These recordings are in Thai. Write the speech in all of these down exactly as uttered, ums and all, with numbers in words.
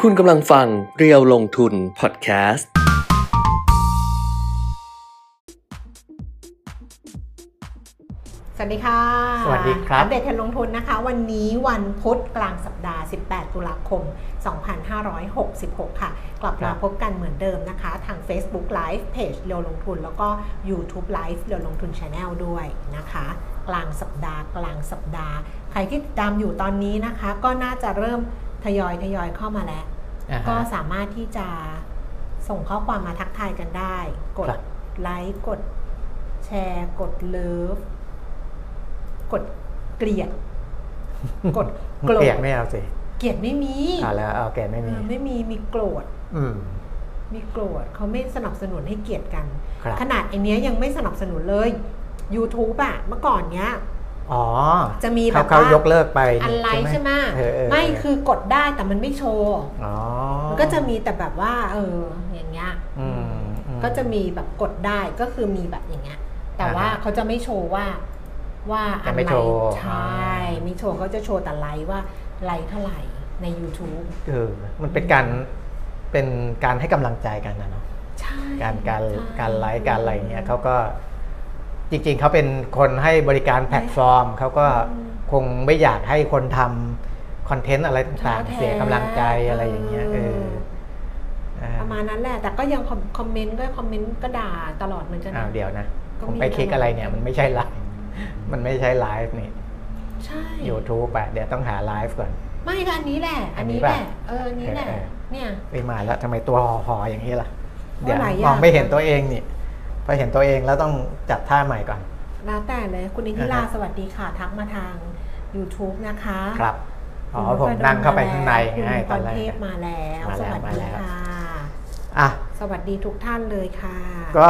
คุณกำลังฟังเรียวลงทุนพอดแคสต์สวัสดีค่ะสวัสดีครับอัปเดตเทรนด์ลงทุนนะคะวันนี้วันพุธกลางสัปดาห์สิบแปดตุลาคมสองพันห้าร้อยหกสิบหกค่ะกลับมาพบกันเหมือนเดิมนะคะทาง Facebook Live เพจเรียวลงทุนแล้วก็ YouTube Live เรียวลงทุน Channel ด้วยนะคะกลางสัปดาห์กลางสัปดาห์ใครที่ติดตามอยู่ตอนนี้นะคะก็น่าจะเริ่มทยอยทยอยเข้ามาแล้ว uh-huh. ก็สามารถที่จะส่งข้อความมาทักทายกันได้กดไลค์กดแชร์กดเลิฟกดเกลียดกดโกรธเกลียดไม่เอาสิเกลียดไม่มีอ่าแล้วเอาเกลียดไม่มีไม่มีมีโกรธอืมมีโกรธเขาไม่สนับสนุนให้เกลียดกันขนาดไอเนี้ยยังไม่สนับสนุนเลย YouTube อะเมื่อก่อนเนี้ยอ๋อจะมีแบบเขายกเลิกไปอะไรใช่ไหมไม่คือกดได้แต่มันไม่โชว์อ๋อมันก็จะมีแต่แบบว่าเอออย่างเงี้ยก็จะมีแบบกดได้ก็คือมีแบบอย่างเงี้ยแต่ว่าเขาจะไม่โชว์ว่าว่าอันไหนใช่ไม่โชว์เขาจะโชว์แต่ไลค์ว่าไลค์เท่าไหร่ใน YouTube เออมันเป็นการเป็นการให้กำลังใจกันนะเนาะการการการไลค์การอะไรเงี้ยเขาก็จริงๆเขาเป็นคนให้บริการแพลตฟอร์มเขาก็คงไม่อยากให้คนทำคอนเทนต์อะไรต่างๆเสียกำลังใจอะไรอย่างเงี้ยเออประมาณนั้นแหละแต่ก็ยังคอมเมนต์ก็คอมเมนต์ก็ด่าตลอดเหมือนกันอ้าวเดี๋ยวนะผมไปคลิกอะไรเนี่ยมันไม่ใช่ไลฟ์มันไม่ใช่ไลฟ์นี่ใช่ YouTube อ่ะเดี๋ยวต้องหาไลฟ์ก่อนไม่ก็อันนี้แหละอันนี้แหละเอออันนี้แหละเนี่ยไปมาแล้วทำไมตัวห่อๆอย่างนี้ล่ะเดี๋ยวมองไม่เห็นตัวเองนี่พอเห็นตัวเองแล้วต้องจัดท่าใหม่ก่อนแล้วแต่เลยคุณนิติราสวัสดีค่ะทักมาทาง YouTube นะคะครับอ๋อผมนั่งเข้าไปข้างในง่ายตอนแรกเทพมาแล้วสวัสดีค่ะอ่ะสวัสดีทุกท่านเลยค่ะก็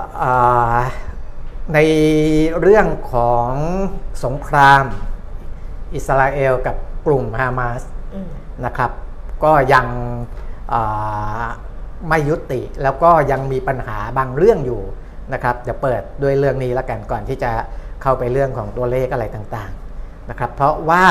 ในเรื่องของสงครามอิสราเอลกับกลุ่มฮามาสนะครับก็ยังไม่ยุติแล้วก็ยังมีปัญหาบางเรื่องอยู่นะครับจะเปิดด้วยเรื่องนี้แล้วกันก่อนที่จะเข้าไปเรื่องของตัวเลขอะไรต่างๆนะครับเพราะว่า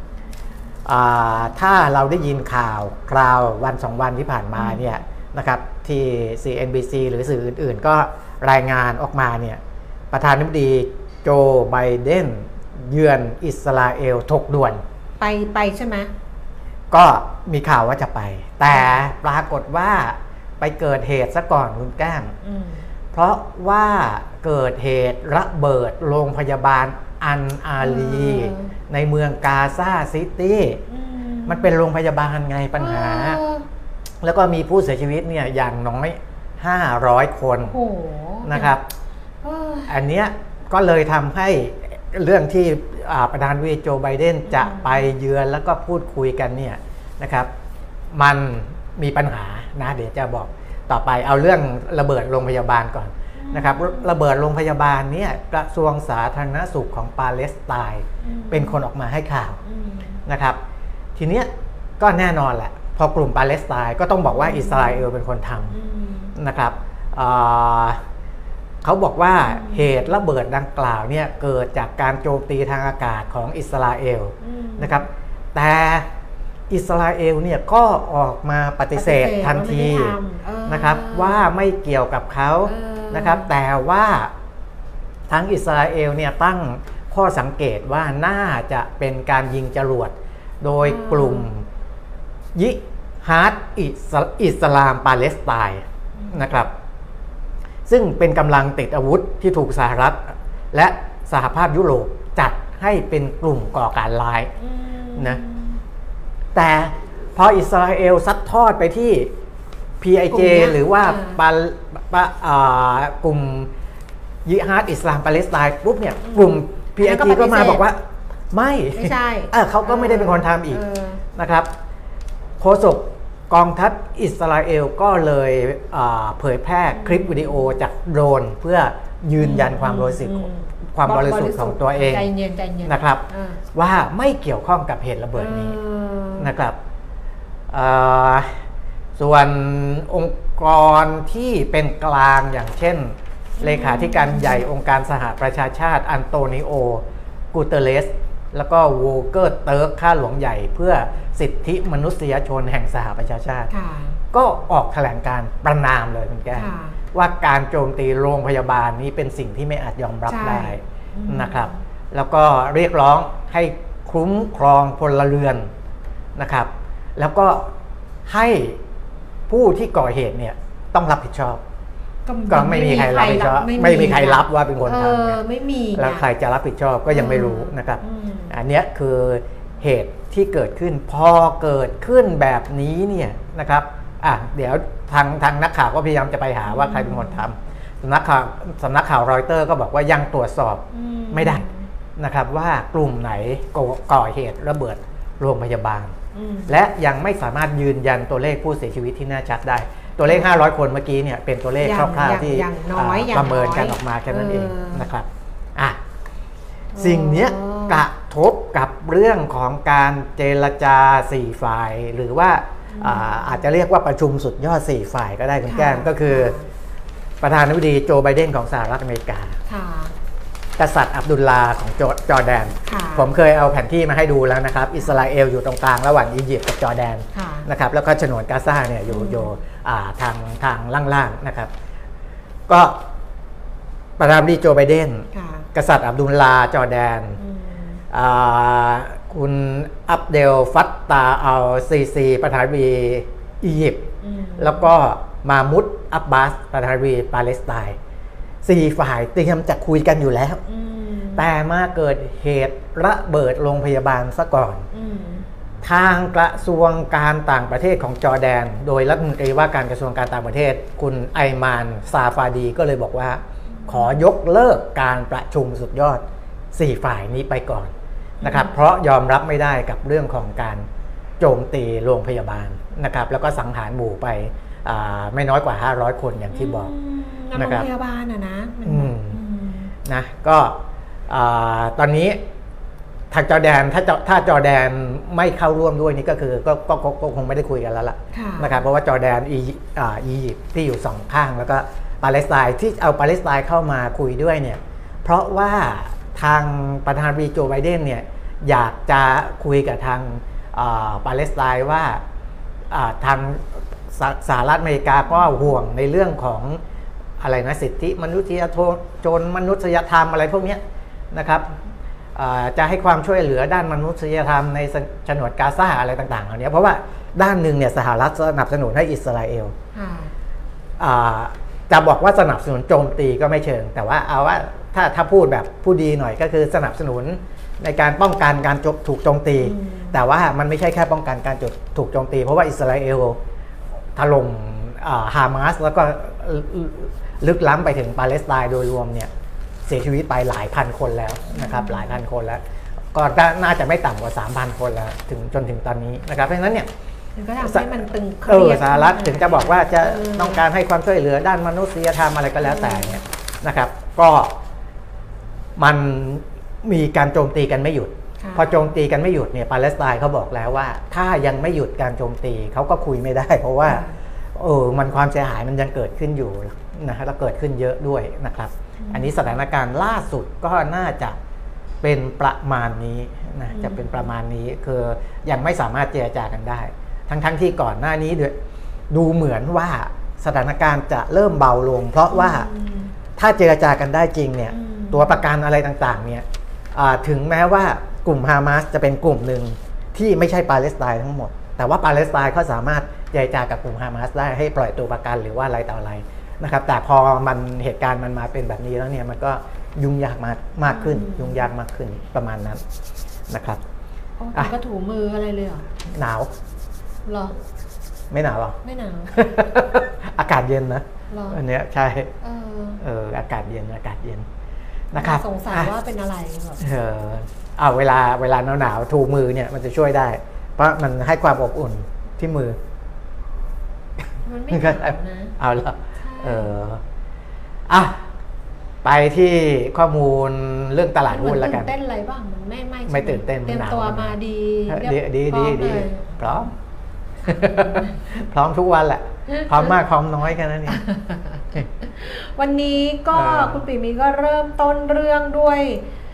ถ้าเราได้ยินข่าวคราววันสองวันที่ผ่านมาเนี่ยนะครับที่ ซี เอ็น บี ซี หรือสื่ออื่นๆก็รายงานออกมาเนี่ยประธานาธิบดีโจไบเดนเยือนอิสราเอลถกด่วนไปไปใช่ไหมก็มีข่าวว่าจะไปแต่ปรากฏว่าไปเกิดเหตุซะก่อนคุณแก้มเพราะว่าเกิดเหตุระเบิดโรงพยาบาลอันอาลีในเมืองกาซาซิตี้มันเป็นโรงพยาบาลไงปัญหาแล้วก็มีผู้เสียชีวิตเนี่ยอย่างน้อยห้าร้อยคนนะครับอันเนี้ยก็เลยทำให้เรื่องที่ประธานาธิบดีโจไบเดนจะไปเยือนแล้วก็พูดคุยกันเนี่ยนะครับมันมีปัญหานะเดี๋ยวจะบอกต่อไปเอาเรื่องระเบิดโรงพยาบาลก่อนนะครับระเบิดโรงพยาบาลเนี่ยกระทรวงสาธารณสุขของปาเลสไตน์เป็นคนออกมาให้ข่าวนะครับทีเนี้ยก็แน่นอนแหละพอกลุ่มปาเลสไตน์ก็ต้องบอกว่าอิสราเอลเป็นคนทำนะครับเขาบอกว่าเหตุระเบิดดังกล่าวเนี่ยเกิดจากการโจมตีทางอากาศของอิสราเอลนะครับแต่อิสราเอลเนี่ยก็ออกมาปฏิเสธทันทีนะครับว่าไม่เกี่ยวกับเขานะครับแต่ว่าทั้งอิสราเอลเนี่ยตั้งข้อสังเกตว่าน่าจะเป็นการยิงจรวดโดยกลุ่มยิฮาดอิสลามปาเลสไตน์นะครับซึ่งเป็นกำลังติดอาวุธที่ถูกสหรัฐและสหภาพยุโรปจัดให้เป็นกลุ่มก่อการร้ายนะแต่พออิสราเอลซัดทอดไปที่ พี ไอ เจ หรือว่าปาปากลุ่มยิฮาดอิสลามปาเลสไตน์ปุ๊บเนี่ยกลุ่ม พี ไอ เจ ก็มาบอกว่าไม่ไม่ใช่เขาก็ไม่ได้เป็นคนทำอีกนะครับโฆษกกองทัพอิสราเอลก็เลยเผยแพร่คลิปวิดีโอจากโดรนเพื่อยืนยันความบริสุทธิ์ความบริสุทธิ์ของตัวเองนะครับว่าไม่เกี่ยวข้องกับเหตุระเบิดนี้นะครับส่วนองค์กรที่เป็นกลางอย่างเช่นเลขาธิการใหญ่องค์การสหประชาชาติอันโตนิโอกูเตเรสแล้วก็โวเกอร์เติร์กข้าหลวงใหญ่เพื่อสิทธิมนุษยชนแห่งสหประชาชาติก็ออกแถลงการประณามเลยคุณแก้วว่าการโจมตีโรงพยาบาลนี้เป็นสิ่งที่ไม่อาจยอมรับได้นะครับแล้วก็เรียกร้องให้คุ้มครองพลเรือนนะครับแล้วก็ให้ผู้ที่ก่อเหตุเนี่ยต้องรับผิดชอบก็ไม่มีใครรับผิดชอบไม่มีใครรับว่าเป็นคนทำเนี่ยไม่มีแล้วใครจะรับผิดชอบก็ยังไม่รู้นะครับอันนี้คือเหตุที่เกิดขึ้นพอเกิดขึ้นแบบนี้เนี่ยนะครับอ่ะเดี๋ยวทางทางนักข่าวก็พยายามจะไปหาว่าใครเป็นคนทำสำนักข่าวสำนักข่าวรอยเตอร์ก็บอกว่ายังตรวจสอบไม่ได้นะครับว่ากลุ่มไหนก่อเหตุระเบิดโรงพยาบาลและยังไม่สามารถยืนยันตัวเลขผู้เสียชีวิตที่แน่ชัดได้ตัวเลขห้าร้อยคนเมื่อกี้เนี่ยเป็นตัวเลขคร่าวๆที่ประเมินกันออกมาแค่นั้นเองนะครับอ่ะสิ่งนี้กระทบกับเรื่องของการเจรจาสี่ฝ่ายหรือว่าอาจจะเรียกว่าประชุมสุดยอดสี่ฝ่ายก็ได้คุณแก้มก็คือประธานาธิบดีโจไบเดนของสหรัฐอเมริกากษัตริย์อับดุลลาของจอร์แดนผมเคยเอาแผนที่มาให้ดูแล้วนะครับอิสราเอลอยู่ตรงกลางระหว่างอียิปต์กับจอร์แดนนะครับแล้วก็ฉนวนกาซาเนี่ยอยู่อยู่ทางทางล่างๆนะครับก็ประธานาธิบดีโจไบเดนกษัตริย์อับดุลลาจอร์แดนคุณอับเดลฟัตตาอัลซีซีประธานาธิบดีอียิปต์แล้วก็มามุดอับบาสประธานาธิบดีปาเลสไตน์สี่ฝ่ายเตรียมจะคุยกันอยู่แล้วแต่มาเกิดเหตุระเบิดโรงพยาบาลซะก่อนทางกระทรวงการต่างประเทศของจอร์แดนโดยรัฐมนตรีว่าการกระทรวงการต่างประเทศคุณไอมานซาฟาดีก็เลยบอกว่าขอยกเลิกการประชุมสุดยอดสี่ฝ่ายนี้ไปก่อนนะครับเพราะยอมรับไม่ได้กับเรื่องของการโจมตีโรงพยาบาลนะครับแล้วก็สังหารหมู่ไปไม่น้อยกว่าห้าร้อยคนอย่างที่บอกนะครับโรงพยาบาลนะนะนะก็ตอนนี้ทางจอร์แดนถ้าถ้าจอร์แดนไม่เข้าร่วมด้วยนี่ก็คือก็ก็ก็คงไม่ได้คุยกันแล้วล่ะนะครับเพราะว่าจอร์แดนอียิปต์ที่อยู่สองข้างแล้วก็ปาเลสไตน์ที่เอาปาเลสไตน์เข้ามาคุยด้วยเนี่ยเพราะว่าทางประธานาธิบดีโจไบเดนเนี่ยอยากจะคุยกับทางปาเลสไตน์ว่าทางสหรัฐอเมริกาก็ห่วงในเรื่องของอะไรนะสิทธิมนุษยชนมนุษยธรรมอะไรพวกนี้นะครับจะให้ความช่วยเหลือด้านมนุษยธรรมในฉนวนกาซาอะไรต่างๆเหล่านี้เพราะว่าด้านหนึ่งเนี่ยสหรัฐสนับสนุนให้อิสราเอลจะบอกว่าสนับสนุนโจมตีก็ไม่เชิงแต่ว่าเอาว่าถ้าถ้าพูดแบบผู้ดีหน่อยก็คือสนับสนุนในการป้องกันการถูกโจมตีแต่ว่ามันไม่ใช่แค่ป้องกันการถูกโจมตีเพราะว่าอิสราเอลถล่มฮามาสแล้วก็ลึกล้ำไปถึงปาเลสไตน์โดยรวมเนี่ยเสียชีวิตไปหลายพันคนแล้วนะครับหลายพันคนแล้วก็น่าจะไม่ต่ำกว่า สามพัน คนแล้วถึงจนถึงตอนนี้นะครับเพราะฉะนั้นเนี่ยก็ทำให้มันตึงเครียดสหรัฐถึงจะบอกว่าจะต้องการให้ความช่วยเหลือด้านมนุษยธรรมอะไรก็แล้วแต่เนี่ยนะครับก็มันมีการโจมตีกันไม่หยุดพอโจมตีกันไม่หยุดเนี่ยปาเลสไตน์เขาบอกแล้วว่าถ้ายังไม่หยุดการโจมตีเขาก็คุยไม่ได้เพราะว่าเออมันความเสียหายมันยังเกิดขึ้นอยู่นะฮะแล้วเกิดขึ้นเยอะด้วยนะครับอันนี้สถานการณ์ล่าสุดก็น่าจะเป็นประมาณนี้นะจะเป็นประมาณนี้คือยังไม่สามารถเจรจากันได้ทั้งทั้งที่ก่อนหน้านี้ดูเหมือนว่าสถานการณ์จะเริ่มเบาลงเพราะว่าถ้าเจรจากันได้จริงเนี่ยตัวประกันอะไรต่างๆเนี่ยถึงแม้ว่ากลุ่มฮามาสจะเป็นกลุ่มหนึ่งที่ไม่ใช่ปาเลสไตน์ทั้งหมดแต่ว่าปาเลสไตน์เขาสามารถเจรจากับกลุ่มฮามาสได้ให้ปล่อยตัวประกันหรือว่าอะไรต่ออะไรนะครับแต่พอมันเหตุการณ์มันมาเป็นแบบนี้แล้วเนี่ยมันก็ยุ่งยากมากมากขึ้นยุ่งยากมากขึ้นประมาณนั้นนะครับอ๋อก็ถูมืออะไรเลยเหรอหนาวหรอไม่หนาวหรอไม่หนาวอากาศเย็นนะอันเนี้ยใช่เออเอออากาศเย็นอากาศเย็นนะครับสงสัยว่าเป็นอะไรแบบเออเอาเวลาเวลาหนาวๆถูมือเนี่ยมันจะช่วยได้เพราะมันให้ความอบอุ่นที่มือมันไม่หนาวนะเอาละเอออ่ะไปที่ข้อมูลเรื่องตลาดหุ้นแล้วกันตื่นเต้นอะไรบ้างมันไม่ไม่ไม่ตื่นเต้นเตรียมตัวมาดีดีดีดีดีพร้อมพร้อมทุกวันแหละพร้อมมากพร้อมน้อยแค่นั้นเองวันนี้ก็คุณปิ่มมีก็เริ่มต้นเรื่องด้วย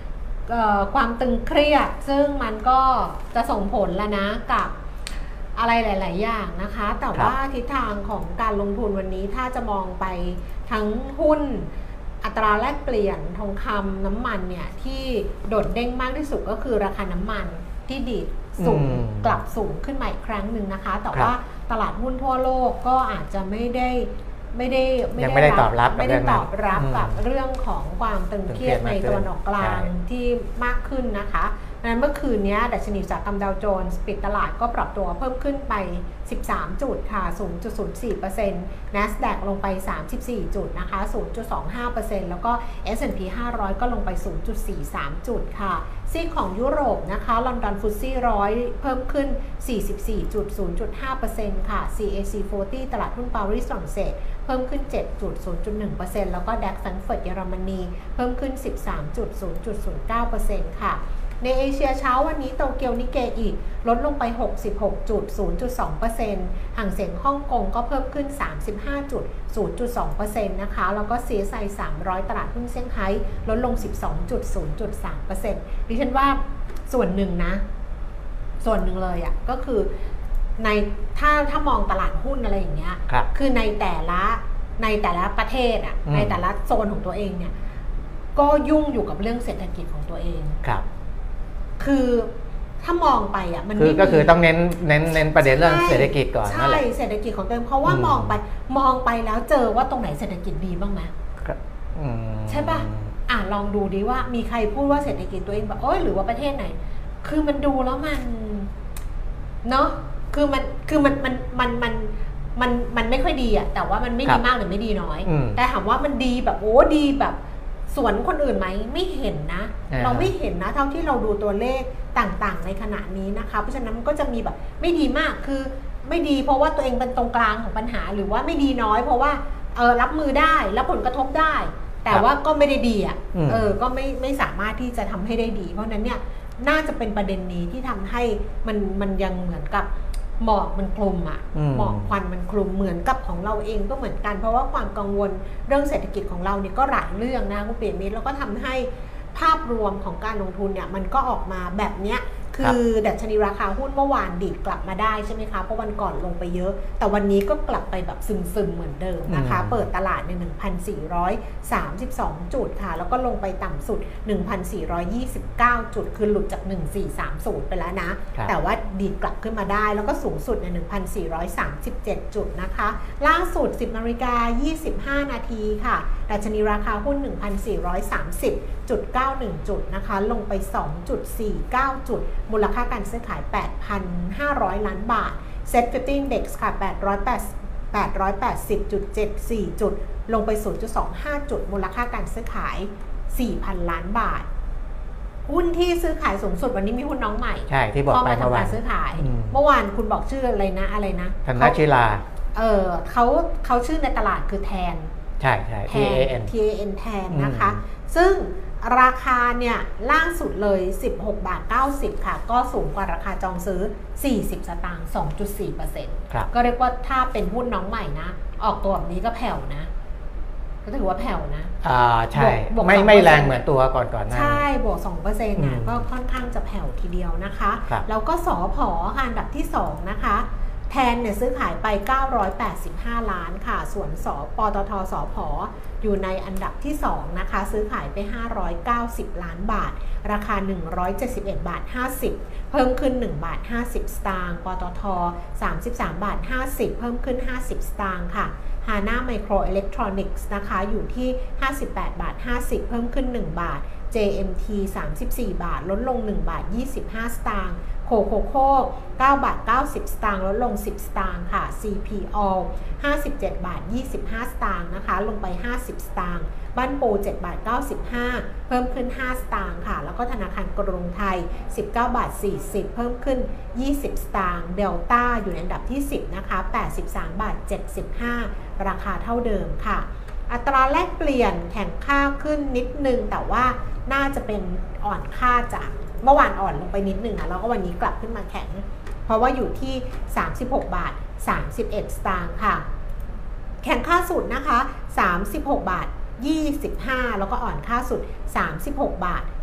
ความตึงเครียดซึ่งมันก็จะส่งผลแล้วนะกับอะไรหลายๆอย่างนะคะแต่ว่าทิศทางของการลงทุนวันนี้ถ้าจะมองไปทั้งหุ้นอัตราแลกเปลี่ยนทองคำน้ำมันเนี่ยที่โดดเด้งมากที่สุดก็คือราคาน้ำมันที่ดีดสูงกลับสูงขึ้นมาอีกครั้งหนึ่งนะคะแต่ว่าตลาดหุ้นทั่วโลกก็อาจจะไม่ได้ไม่ได้ไม่ได้ตอบรับไม่ได้ตอบรับกับเรื่องของความตึงเครียดในตะวันออกกลางที่มากขึ้นนะคะดังนั้นเมื่อคืนนี้ดัชนีอุตสาหกรรมดาวโจนส์ปิดตลาดก็ปรับตัวเพิ่มขึ้นไปสิบสามจุดค่ะ ศูนย์จุดศูนย์สี่เปอร์เซ็นต์ NASDAQ ลงไปสามสิบสี่จุดนะคะ ศูนย์จุดสองห้าเปอร์เซ็นต์ แล้วก็ เอส แอนด์ พี ห้าร้อยก็ลงไป ศูนย์จุดสี่สาม จุดค่ะซีกของยุโรปนะคะลอนดอนฟุตซี่หนึ่งร้อยเพิ่มขึ้น สี่สิบสี่จุดศูนย์จุดห้าเปอร์เซ็นต์ ค่ะ ซี เอ ซี สี่สิบ ตลาดหุ้นปารีสฝรั่งเศสเพิ่มขึ้น เจ็ดจุดศูนย์จุดหนึ่งเปอร์เซ็นต์ แล้วก็ ดัค แฟรงก์เฟิร์ตเยอรมนีเพิ่มขึ้น สิบสามจุดศูนย์จุดศูนย์เก้าเปอร์เซ็นต์ ค่ะในเอเชียเช้าวันนี้โตเกียวนิเกอิลดลงไป หกสิบหกจุดศูนย์จุดสองเปอร์เซ็นต์ ห่างเสียงฮ่องกงก็เพิ่มขึ้น สามสิบห้าจุดศูนย์จุดสองเปอร์เซ็นต์ นะคะแล้วก็ ซี เอส ไอ สามร้อยตลาดหุ้นเซี่ยงไฮ้ลดลง สิบสองจุดศูนย์จุดสามเปอร์เซ็นต์ ดิฉันว่าส่วนหนึ่งนะส่วนหนึ่งเลยอ่ะก็คือในถ้าถ้ามองตลาดหุ้นอะไรอย่างเงี้ยค, คือในแต่ละในแต่ละประเทศอ่ะในแต่ละโซนของตัวเองเนี่ยก็ยุ่งอยู่กับเรื่องเศรษฐกิจของตัวเองครับคือถ้ามองไปอ่ะมันคือก็คือต้องเน้นเน้นเน้นประเด็นเรื่องเศรษฐกิจก่อนนั่นแหละใช่เศรษฐกิจของตัวเองเพราะว่ามองไปมองไปแล้วเจอว่าตรงไหนเศรษฐกิจดีบ้างไหมใช่ป่ะอ่ะลองดูดิว่ามีใครพูดว่าเศรษฐกิจตัวเองแบบโอ้ยหรือว่าประเทศไหนคือมันดูแล้วมันเนาะคือมันคือมันมันมันมันมันมันไม่ค่อยดีอ่ะแต่ว่ามันไม่ดีมากหรือไม่ดีน้อยแต่ถามว่ามันดีแบบโอ้ดีแบบสวนคนอื่นไหมไม่เห็นนะเราไม่เห็นนะเท่าที่เราดูตัวเลขต่างๆในขณะนี้นะคะเพราะฉะนั้นมันก็จะมีแบบไม่ดีมากคือไม่ดีเพราะว่าตัวเองเป็นตรงกลางของปัญหาหรือว่าไม่ดีน้อยเพราะว่าเออรับมือได้รับผลกระทบได้แต่ว่าก็ไม่ได้ดีอ่ะเออก็ไม่ไม่สามารถที่จะทำให้ได้ดีเพราะนั้นเนี่ยน่าจะเป็นประเด็นนี้ที่ทำให้มันมันยังเหมือนกับหมอกมันคลุมอ่ะหมอกควันมันคลุมเหมือนกับของเราเองก็เหมือนกันเพราะว่าความกังวลเรื่องเศรษฐกิจของเราเนี่ยก็หลายเรื่องนะคุณเปียมิตรแล้วก็ทำให้ภาพรวมของการลงทุนเนี่ยมันก็ออกมาแบบเนี้ยคือดัชนีราคาหุ้นเมื่อวานดีดกลับมาได้ใช่ไหมคะเพราะวันก่อนลงไปเยอะแต่วันนี้ก็กลับไปแบบซึมๆเหมือนเดิมนะคะเปิดตลาดใน หนึ่งพันสี่ร้อยสามสิบสอง จุดค่ะแล้วก็ลงไปต่ำสุด หนึ่งพันสี่ร้อยยี่สิบเก้า จุดคือหลุดจากหนึ่งพันสี่ร้อยสามสิบไปแล้วนะแต่ว่าดีดกลับขึ้นมาได้แล้วก็สูงสุดใน หนึ่งพันสี่ร้อยสามสิบเจ็ด จุดนะคะล่าสุด สิบนาฬิกายี่สิบห้า นาทีค่ะดัชนีราคาหุ้น หนึ่งพันสี่ร้อยสามสิบจุดเก้าหนึ่ง จุดนะคะลงไป สองจุดสี่เก้า จุดมูลค่าการซื้อขาย แปดพันห้าร้อย ล้านบาท เซ็ต ห้าสิบ Index ค่ะแปดร้อยแปดสิบจุดเจ็ดสี่ จุดลงไป ศูนย์จุดสองห้า จุดมูลค่าการซื้อขาย สี่พัน ล้านบาทหุ้นที่ซื้อขายสูงสุดวันนี้มีหุ้นน้องใหม่ใช่ที่บอกไปเมื่อวานซื้อขายเมื่อวานคุณบอกชื่ออะไรนะอะไรนะธนชิลาเออเขาเขาชื่อในตลาดคือแทนใช่ใช่ ที เอ เอ็นที เอ เอ็น แทนนะคะซึ่งราคาเนี่ยล่าสุดเลย สิบหกบาทเก้าสิบ ค่ะก็สูงกว่าราคาจองซื้อสี่สิบสตางค์ สองจุดสี่เปอร์เซ็นต์ ก็เรียกว่าถ้าเป็นหุ้นน้องใหม่นะออกตัวแบบนี้ก็แผ่วนะก็ถือว่าแผ่วนะอ่าใช่ไม่ไม่แรงเหมือนตัวก่อนก่อนหน้าใช่บวก สองเปอร์เซ็นต์ นะก็ค่อนข้างจะแผ่วทีเดียวนะคะแล้วก็สผค่ะอันดับที่สองนะคะแทนเนี่ยซื้อขายไปเก้าร้อยแปดสิบห้าล้านค่ะส่วนสปตทสผอยู่ในอันดับที่สองนะคะซื้อขายไปห้าร้อยเก้าสิบล้านบาทราคาหนึ่งร้อยเจ็ดสิบเอ็ดบาทห้าสิบเพิ่มขึ้นหนึ่งบาทห้าสิบสตางค์ปตทสามสิบสามบาทห้าสิบเพิ่มขึ้นห้าสิบสตางค์ค่ะฮาน่าไมโครอิเล็กทรอนิกส์นะคะอยู่ที่ห้าสิบแปดบาทห้าสิบเพิ่มขึ้นหนึ่งบาท เจ เอ็ม ที สามสิบสี่บาทลดลงหนึ่งบาทยี่สิบห้าสตางค์โคโคโค่เก้าบาทเก้าสิบสตางค์ลดลงสิบสตางค์ค่ะ ซี พี โอ ห้าสิบเจ็ดบาทยี่สิบห้าสตางค์นะคะลงไปห้าสิบสตางค์บ้านปูเจ็ดบาทเก้าสิบห้าเพิ่มขึ้นห้าสตางค์ค่ะแล้วก็ธนาคารกรุงไทยสิบเก้าบาทสี่สิบเพิ่มขึ้นยี่สิบสตางค์เดลต้าอยู่ในอันดับที่สิบนะคะแปดสิบสามบาทเจ็ดสิบห้าราคาเท่าเดิมค่ะอัตราแลกเปลี่ยนแข็งค่าขึ้นนิดนึงแต่ว่าน่าจะเป็นอ่อนค่าจากเมื่อวานอ่อนลงไปนิดนึงนะแล้วก็วันนี้กลับขึ้นมาแข็งเพราะว่าอยู่ที่สามสิบหกบาทสามสิบเอ็ดสตางค์ค่ะแข็งค่าสุดนะคะสามสิบหกบาทยี่สิบห้าแล้วก็อ่อนค่าสุดสามสิบหกบาท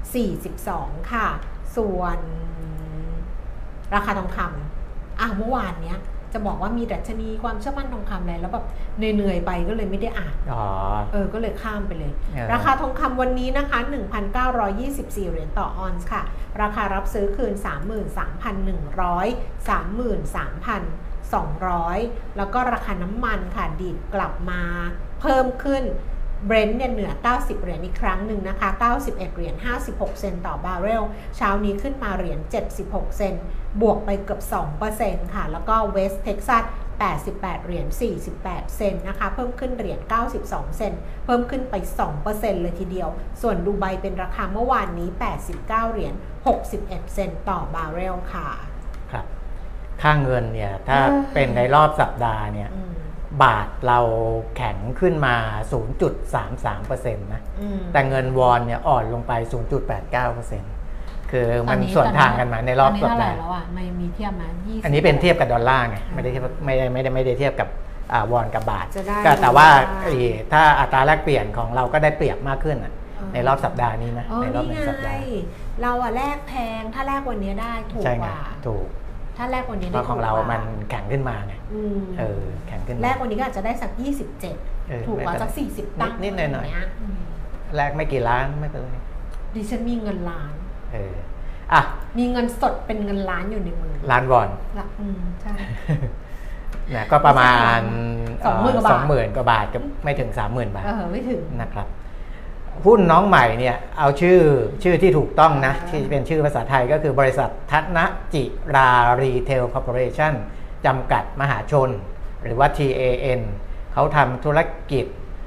สี่สิบสองค่ะส่วนราคาทองคำอ่ะเมื่อวานเนี้ยจะบอกว่ามีดัชนีความเชื่อมั่นทองคำอะไรแล้วแบบเหนื่อยๆไปก็เลยไม่ได้อ่านอ๋อเออก็เลยข้ามไปเลยราคาทองคำวันนี้นะคะ หนึ่งพันเก้าร้อยยี่สิบสี่ เหรียญต่อออนซ์ค่ะราคารับซื้อคืน สามหมื่นสามพันหนึ่งร้อย สามหมื่นสามพันสองร้อย แล้วก็ราคาน้ำมันค่ะดีดกลับมาเพิ่มขึ้นเบรนท์เนี่ยเหนือเก้าสิบเหรียญอีกครั้งหนึ่งนะคะเก้าสิบเอ็ดเหรียญห้าสิบหกเซนต์ต่อบาร์เรลเช้านี้ขึ้นมาเหรียญเจ็ดสิบหกเซนต์บวกไปเกือบ สองเปอร์เซ็นต์ ค่ะแล้วก็เวสต์เท็กซัสแปดสิบแปดเหรียญสี่สิบแปดเซนต์นะคะเพิ่มขึ้นเหรียญเก้าสิบสองเซนต์เพิ่มขึ้นไป สองเปอร์เซ็นต์ เลยทีเดียวส่วนดูไบเป็นราคาเมื่อวานนี้แปดสิบเก้าเหรียญหกสิบเอ็ดเซนต์ต่อบาร์เรลค่ะครับค่าเงินเนี่ยถ้าเป็นในรอบสัปดาห์เนี่ยบาทเราแข็งขึ้นมา ศูนย์จุดสามสามเปอร์เซ็นต์ นะแต่เงินวอนเนี่ยอ่อนลงไป ศูนย์จุดแปดเก้าเปอร์เซ็นต์ คือมันส่วนทางกันมาในรอบสัปดาห์แล้วอ่ะไม่มีเทียบมายี่สิบอันนี้เป็นเทียบกับดอลลาร์ไงไม่ได้ไม่ได้ไม่ได้ไม่ได้เทียบกับวอนกับบาทก็แต่ว่าถ้าอัตราแลกเปลี่ยนของเราก็ได้เปรียบมากขึ้นในรอบสัปดาห์นี้นะในรอบหนึ่งสัปดาห์เราอะแลกแพงถ้าแลกวันนี้ได้ถูกกว่าถูกถ้าแลกวันนี้ได้ของเรามันแข็งขึ้นมาไงเออแข็งขึ้นแลกวันนี้ก็อาจจะได้สักยี่สิบเจ็ดถูกกว่าสักสี่สิบตังค์นิดหน่อยๆแลกไม่กี่ล้านไม่เป็นไรดิฉันมีเงินล้านเอออ่ะมีเงินสดเป็นเงินล้านอยู่ในมือล้านวอนอืมใช่นะก็ประมาณสองหมื่นกว่าบาทสองหมื่นกว่าบาทก็ไม่ถึงสามหมื่นบาทเออไม่ถึงนะครับหุ้นน้องใหม่เนี่ยเอาชื่อชื่อที่ถูกต้องนะที่เป็นชื่อภาษาไทยก็คือบริษัทธนจิรารีเทลคอร์ปอเรชั่นจำกัดมหาชนหรือว่า ที เอ เอ็น เขาทำธุรกิจ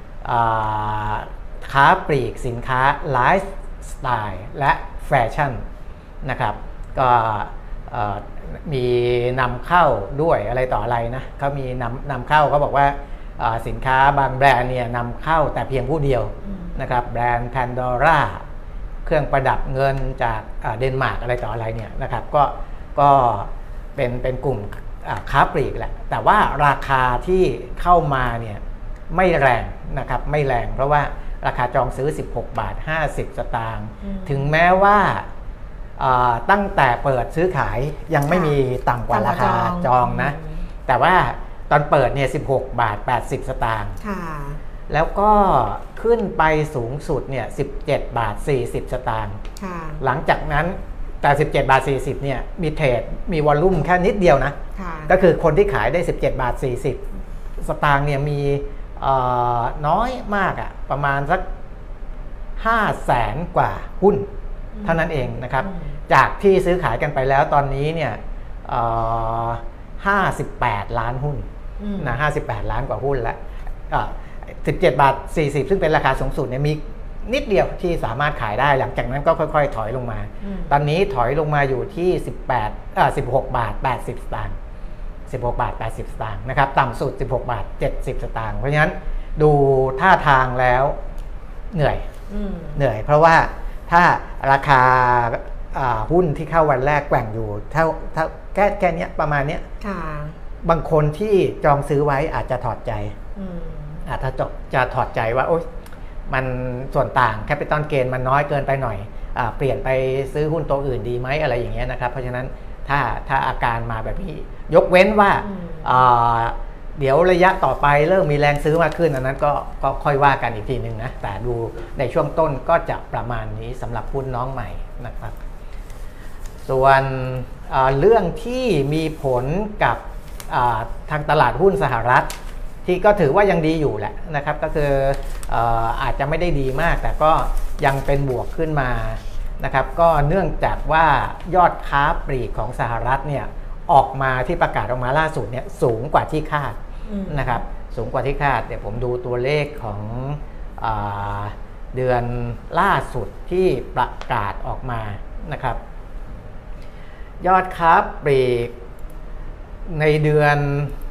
ค้าปลีกสินค้าไลฟ์สไตล์และแฟชั่นนะครับก็มีนำเข้าด้วยอะไรต่ออะไรนะเขามีนำนำเข้าเขาบอกว่าสินค้าบางแบรนด์เนี่ยนำเข้าแต่เพียงผู้เดียวนะครับแบรนด์ Pandora เครื่องประดับเงินจากเดนมาร์กอะไรต่ออะไรเนี่ยนะครับก็ก็เป็นเป็นกลุ่มค้าปลีกแหละแต่ว่าราคาที่เข้ามาเนี่ยไม่แรงนะครับไม่แรงเพราะว่าราคาจองซื้อสิบหกบาทห้าสิบสตางค์ถึงแม้ว่าตั้งแต่เปิดซื้อขายยังไม่มีต่ำกว่าราคาจองนะแต่ว่าตอนเปิดเนี่ยสิบหกบาทแปดสิบสตางค์แล้วก็ขึ้นไปสูงสุดเนี่ยสิบเจ็ดบาทสี่สิบสตางค์หลังจากนั้นแต่สิบเจ็ดบาทสี่สิบเนี่ยมีเทรดมีวอลลุ่มแค่นิดเดียวนะก็คือคนที่ขายได้สิบเจ็ดบาทสี่สิบสตางค์เนี่ยมีน้อยมากอะประมาณสักห้าแสนกว่าหุ้นเท่านั้นเองนะครับจากที่ซื้อขายกันไปแล้วตอนนี้เนี่ยห้าสิบแปดล้านหุ้นนะห้าสิบแปดล้านกว่าหุ้นแล้วสิบเจ็ดบาทสี่สิบซึ่งเป็นราคาสูงสุดเนี่ยมีนิดเดียวที่สามารถขายได้หลังจากนั้นก็ค่อยๆถอยลงมาตอนนี้ถอยลงมาอยู่ที่สิบแปดอ่าสิบหกบาทแปดสิบสตางค์สิบหกบาทแปดสิบสตางค์นะครับต่ำสุดสิบหกบาทเจ็ดสิบสตางค์เพราะฉะนั้นดูท่าทางแล้วเหนื่อยเหนื่อยเพราะว่าถ้าราคาหุ้นที่เข้าวันแรกแกว่งอยู่เท่าเท่าแค่แค่นี้ประมาณนี้บางคนที่จองซื้อไว้อาจจะถอดใจอาจจะจะถอดใจว่าโอ๊ยมันส่วนต่างแคปิตอลเกนมันน้อยเกินไปหน่อยอ่าเปลี่ยนไปซื้อหุ้นตัวอื่นดีไหมอะไรอย่างเงี้ยนะครับเพราะฉะนั้นถ้าถ้าอาการมาแบบนี้ยกเว้นว่าเดี๋ยวระยะต่อไปเริ่มมีแรงซื้อมากขึ้นอันนั้นก็ก็ค่อยว่ากันอีกทีหนึ่งนะแต่ดูในช่วงต้นก็จะประมาณนี้สำหรับหุ้นน้องใหม่นะครับส่วนเรื่องที่มีผลกับทางตลาดหุ้นสหรัฐที่ก็ถือว่ายังดีอยู่แหละนะครับก็คืออาจจะไม่ได้ดีมากแต่ก็ยังเป็นบวกขึ้นมานะครับก็เนื่องจากว่ายอดค้าปลีกของสหรัฐเนี่ยออกมาที่ประกาศออกมาล่าสุดเนี่ยสูงกว่าที่คาดนะครับสูงกว่าที่คาดเดี๋ยวผมดูตัวเลขของเดือนล่าสุดที่ประกาศออกมานะครับยอดค้าปลีกในเดือน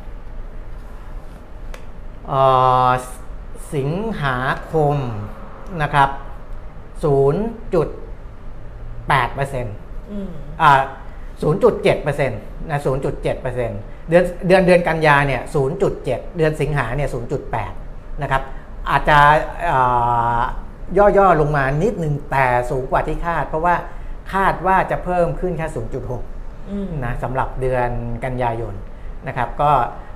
สิงหาคมนะครับ ศูนย์จุดแปดเปอร์เซ็นต์ อ่า ศูนย์จุดเจ็ดเปอร์เซ็นต์ นะ ศูนย์จุดเจ็ดเปอร์เซ็นต์ เดือนเดือนเดือนกันยาเนี่ย ศูนย์จุดเจ็ด เดือนสิงหาเนี่ย ศูนย์จุดแปด นะครับอาจจะย่อๆลงมานิดนึงแต่สูงกว่าที่คาดเพราะว่าคาดว่าจะเพิ่มขึ้นแค่ ศูนย์จุดหก นะสำหรับเดือนกันยายนนะครับก็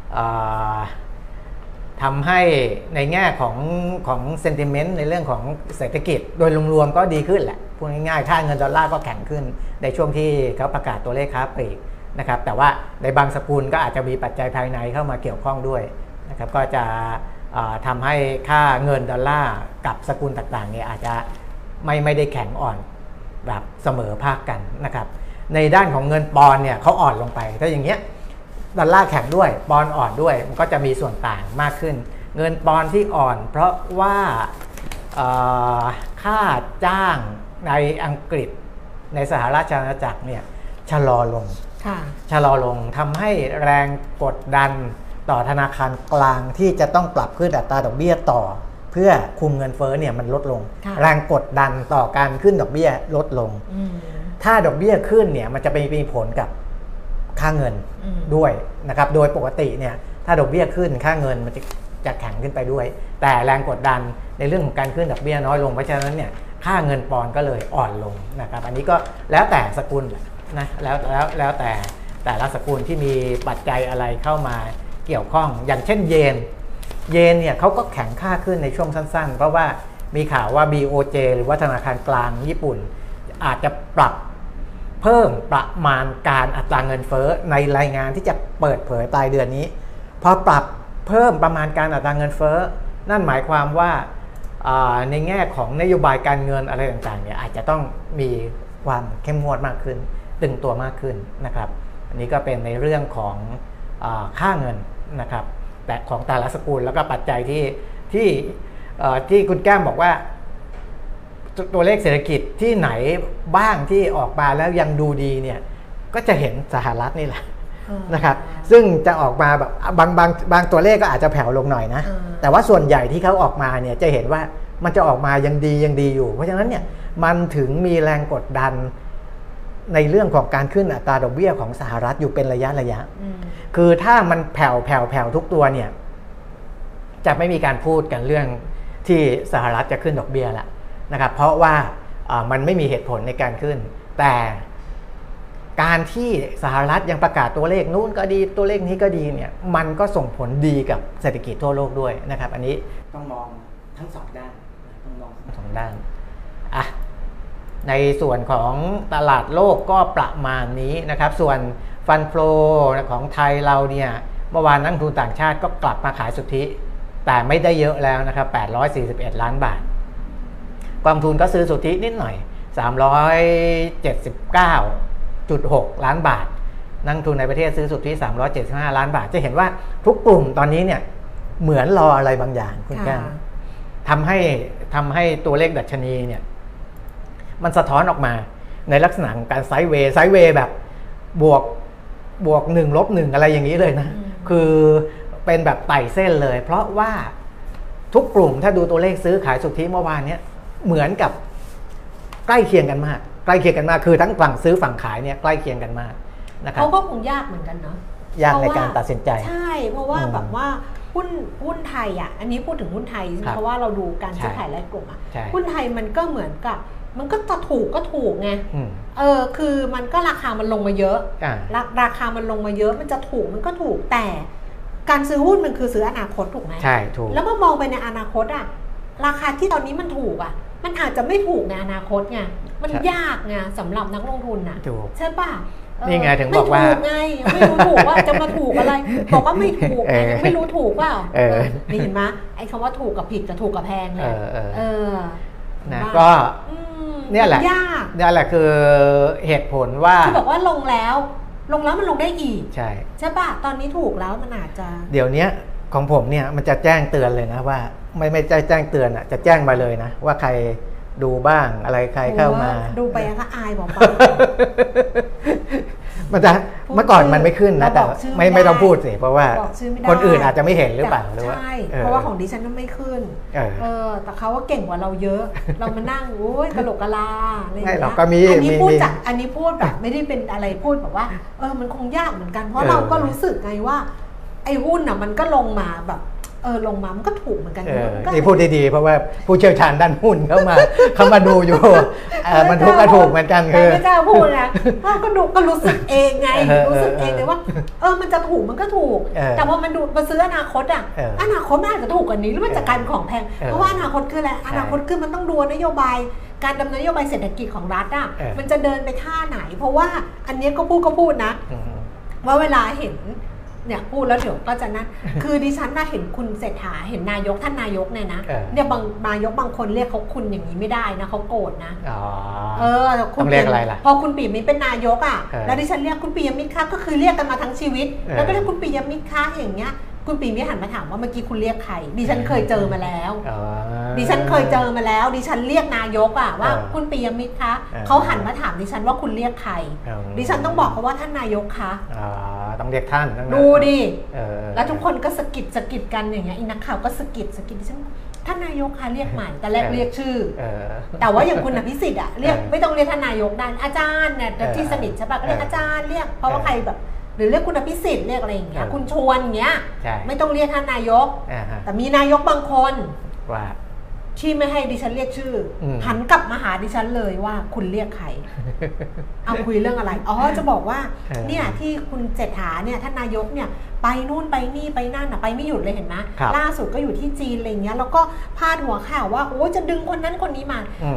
ทำให้ในแง่ของของเซนติเมนต์ในเรื่องของเศรษฐกิจโดยรวมๆก็ดีขึ้นแหละพูดง่ายๆค่าเงินดอลลาร์ก็แข็งขึ้นในช่วงที่เขาประกาศตัวเลขค้าปลีกนะครับแต่ว่าในบางสกุลก็อาจจะมีปัจจัยภายในเข้ามาเกี่ยวข้องด้วยนะครับก็จะทำให้ค่าเงินดอลลาร์กับสกุลต่างๆเนี่ยอาจจะไม่ไม่ได้แข็งอ่อนแบบเสมอภาคกันนะครับในด้านของเงินปอนด์เนี่ยเขาอ่อนลงไปถ้าอย่างเงี้ยดอลลาร์แข็งด้วยปอนด์อ่อนด้วยมันก็จะมีส่วนต่างมากขึ้นเงินปอนด์ที่อ่อนเพราะว่าค่าจ้างในอังกฤษในสหราชอาณาจักรเนี่ยชะลอลงชะลอลงทำให้แรงกดดันต่อธนาคารกลางที่จะต้องปรับขึ้นอัตราดอกเบี้ยต่อเพื่อคุมเงินเฟ้อเนี่ยมันลดลงแรงกดดันต่อการขึ้นดอกเบี้ยลดลงถ้าดอกเบี้ยขึ้นเนี่ยมันจะไปมีผลกับค่าเงินด้วยนะครับโดยปกติเนี่ยถ้าดอกเบี้ยขึ้นค่าเงินมันจะจะแข็งขึ้นไปด้วยแต่แรงกดดันในเรื่องของการขึ้นดอกเบี้ยน้อยลงเพราะฉะนั้นเนี่ยค่าเงินปอนด์ก็เลยอ่อนลงนะครับอันนี้ก็แล้วแต่สกุลนะแล้วแล้วแล้วแต่แต่ละสกุลที่มีปัจจัยอะไรเข้ามาเกี่ยวข้องอย่างเช่นเยนเยนเนี่ยเขาก็แข็งค่าขึ้นในช่วงสั้นๆเพราะว่ามีข่าวว่า บี โอ เจ หรือว่าธนาคารกลางญี่ปุ่นอาจจะปรับเพิ่มประมาณการอัตราเงินเฟ้อในรายงานที่จะเปิดเผยปลายเดือนนี้พอปรับเพิ่มประมาณการอัตราเงินเฟ้อนั่นหมายความว่าในแง่ของนโยบายการเงินอะไรต่างๆเนี่ยอาจจะต้องมีความเข้มงวดมากขึ้นตึงตัวมากขึ้นนะครับอันนี้ก็เป็นในเรื่องของค่าเงินนะครับแต่ของแต่ละสกุลแล้วก็ปัจจัยที่ที่ที่คุณแก้มบอกว่าตัวเลขเศรษฐกิจที่ไหนบ้างที่ออกมาแล้วยังดูดีเนี่ยก็จะเห็นสหรัฐนี่แหละนะครับซึ่งจะออกมาแบบบางบางบางตัวเลขก็อาจจะแผ่วลงหน่อยนะแต่ว่าส่วนใหญ่ที่เขาออกมาเนี่ยจะเห็นว่ามันจะออกมายังดียังดีอยู่เพราะฉะนั้นเนี่ยมันถึงมีแรงกดดันในเรื่องของการขึ้นอัตราดอกเบี้ยของสหรัฐอยู่เป็นระยะระยะคือถ้ามันแผ่วแผ่วแผ่วทุกตัวเนี่ยจะไม่มีการพูดกันเรื่องที่สหรัฐจะขึ้นดอกเบี้ยละนะครับเพราะว่ามันไม่มีเหตุผลในการขึ้นแต่การที่สหรัฐยังประกาศตัวเลขนู้นก็ดีตัวเลขนี้ก็ดีเนี่ยมันก็ส่งผลดีกับเศรษฐกิจทั่วโลกด้วยนะครับอันนี้ต้องมองทั้งสองด้านต้องมองทั้งสองด้านอ่ะในส่วนของตลาดโลกก็ประมาณนี้นะครับส่วนฟันโฟลของไทยเราเนี่ยเมื่อวานนักลงทุนต่างชาติก็กลับมาขายสุทธิแต่ไม่ได้เยอะแล้วนะครับแปดร้อยสี่สิบเอ็ดล้านบาทกองทุนก็ซื้อสุทธินิดหน่อยสามร้อยเจ็ดสิบเก้าจุดหก ล้านบาทนักลงทุนในประเทศซื้อสุทธิสามร้อยเจ็ดสิบห้าล้านบาทจะเห็นว่าทุกกลุ่มตอนนี้เนี่ยเหมือนรออะไรบางอย่างคุณแก้มทำให้ทำให้ตัวเลขดัชนีเนี่ยมันสะท้อนออกมาในลักษณะของการไซด์เวย์ไซด์เวย์แบบบวกบวกหนึ่งลบหนึ่งอะไรอย่างนี้เลยนะคือเป็นแบบไต่เส้นเลยเพราะว่าทุกกลุ่มถ้าดูตัวเลขซื้อขายสุทธิเมื่อวานนี้เหมือนกับใกล้เคียงกันมากใกล้เคียงกันมากคือทั้งฝั่งซื้อฝั่งขายเนี่ยใกล้เคียงกันมากนะครับเขาก็คงยากเหมือนกันเนาะยากในการตัดสินใจใช่เพราะว่าแบบว่าหุ้นหุ้นไทยอ่ะอันนี้พูดถึงหุ้นไทยเพราะว่าเราดูการซื้อขายรายกลุ่มอ่ะหุ้นไทยมันก็เหมือนกับมันก็จะถูกก็ถูกไงเออคือมันก็ราคามันลงมาเยอะราคามันลงมาเยอะมันจะถูกมันก็ถูกแต่การซื้อหุ้นมันคือซื้ออนาคตถูกไหมใช่ถูกแล้วมามองไปในอนาคตอ่ะราคาที่ตอนนี้มันถูกอ่ะมันอาจจะไม่ถูกในอนาคตไงมันยากไงสำหรับนักลงทุนน่ะใช่ป่ะนี่ไงถึงบอกว่าไม่ถูกไงไม่รู้ถูกว่าจะมาถูกอะไรบอกว่าไม่ถูกไงไม่รู้ถูกเปล่านี่เห็นไหมไอ้คำว่าถูกกับผิดกับถูกกับแพงเนี่ยเออนะก็เนี่ยแหละเนี่ยแหละคือเหตุผลว่าที่บอกว่าลงแล้วลงแล้วมันลงได้อีกใช่ใช่ป่ะตอนนี้ถูกแล้วมันอาจจะเดี๋ยวนี้ของผมเนี่ยมันจะแจ้งเตือนเลยนะว่าไม่ไม่แจ้งเตือนอ่ะจะแจ้งมาเลยนะว่าใครดูบ้างอะไรใครเข้ามาดูไปก็อายบอกไปมันจะเมื่อก่อนมันไม่ขึ้นนะแต่ไม่ไม่ต้องพูดสิเพราะว่าคนอื่นอาจจะไม่เห็นหรือเปล่าหรือว่าใช่เพราะว่าของดิฉันมันไม่ขึ้นเออแต่เขาว่าเก่งกว่าเราเยอะเรามานั่งโอ้ยกะโหลกกะลาอะไรอย่างเงี้ยอันนี้พูดจากอันนี้พูดแบบไม่ได้เป็นอะไรพูดแบบว่าเออมันคงยากเหมือนกันเพราะเราก็รู้สึกไงว่าไอ้หุ้นอ่ะมันก็ลงมาแบบเออลงมามันก็ถูกเหมือนกันนี่พูดดีๆเพราะว่าผู้เชี่ยวชาญด้านหุ้นเขามาเขามาดูอยู่มันถูกก็ถูกเหมือนกันคือไม่กล้าพูดนะก็ดูก็รู้สึกเองไงรู้สึกเองเลยว่าเออมันจะถูกมันก็ถูกแต่พอมันดูมาซื้ออนาคตอ่ะอนาคตมันอาจจะถูกกว่านี้หรือมันจะกลายเป็นของแพงเพราะว่าอนาคตคืออะไรอนาคตคือมันต้องดูนโยบายการดำเนินนโยบายเศรษฐกิจของรัฐอ่ะมันจะเดินไปท่าไหนเพราะว่าอันนี้ก็พูดก็พูดนะว่าเวลาเห็นเนี่ยพูดแล้วเดี๋ยวก็จะนั่นคือดิฉันน่าเห็นคุณเศรษฐาเห็นนายกท่านนายกเนี่ยนะเนี่ยบางนายกบางคนเรียกเขาคุณอย่างนี้ไม่ได้นะเขาโกรธนะเออคุณเรียกอะไรล่ะพอคุณปิยมิตรเป็นนายกอ่ะแล้วดิฉันเรียกคุณปิยมิตรค่ะก็คือเรียกกันมาทั้งชีวิตแล้วก็เรียกคุณปิยมิตรค่ะอย่างเงี้ยคุณปิยมิตรหันมาถามว่าเมื่อกี้คุณเรียกใครดิฉันเคยเจอมาแล้วดิฉันเคยเจอมาแล้วดิฉันเรียกนายกอ่ะว่าคุณปิยมิตรคะเขาหันมาถามดิฉันว่าคุณเรียกใครดิฉันต้องบอกเขาว่าท่านนายกคะต้องเรียกท่านดูดิแล้วทุกคนก็สะกิดสะกิดกันอย่างเงี้ยอีนักข่าวก็สะกิดสะกิดดิฉันท่านนายกคะเรียกใหม่แต่แรกเรียกชื่อแต่ว่าอย่างคุณอภิสิทธิ์อ่ะเรียกไม่ต้องเรียกท่านนายกได้อาจารย์เนี่ยที่สนิทใช่ปะก็เรียกอาจารย์เรียกเพราะว่าใครแบบหรือเรียกคุณอภิสิทธิ์เรียกอะไรอย่างเงี้ยคุณชวนอย่างเงี้ยไม่ต้องเรียกท่านนายกแต่มีนายกบางคนว่าที่ไม่ให้ดิฉันเรียกชื่อหันกลับมาหาดิฉันเลยว่าคุณเรียกใครเอาคุยเรื่องอะไรอ๋อจะบอกว่าเนี่ยที่คุณเศรษฐาเนี่ยท่านนายกเนี่ยไปนู่นไปนี่ไปนั่นอ่ะไปไม่หยุดเลยเห็นไหมล่าสุดก็อยู่ที่จีนอะไรเงี้ยแล้วก็พาดหัวข่าวว่าโอ้จะดึงคนนั้นคนนี้มา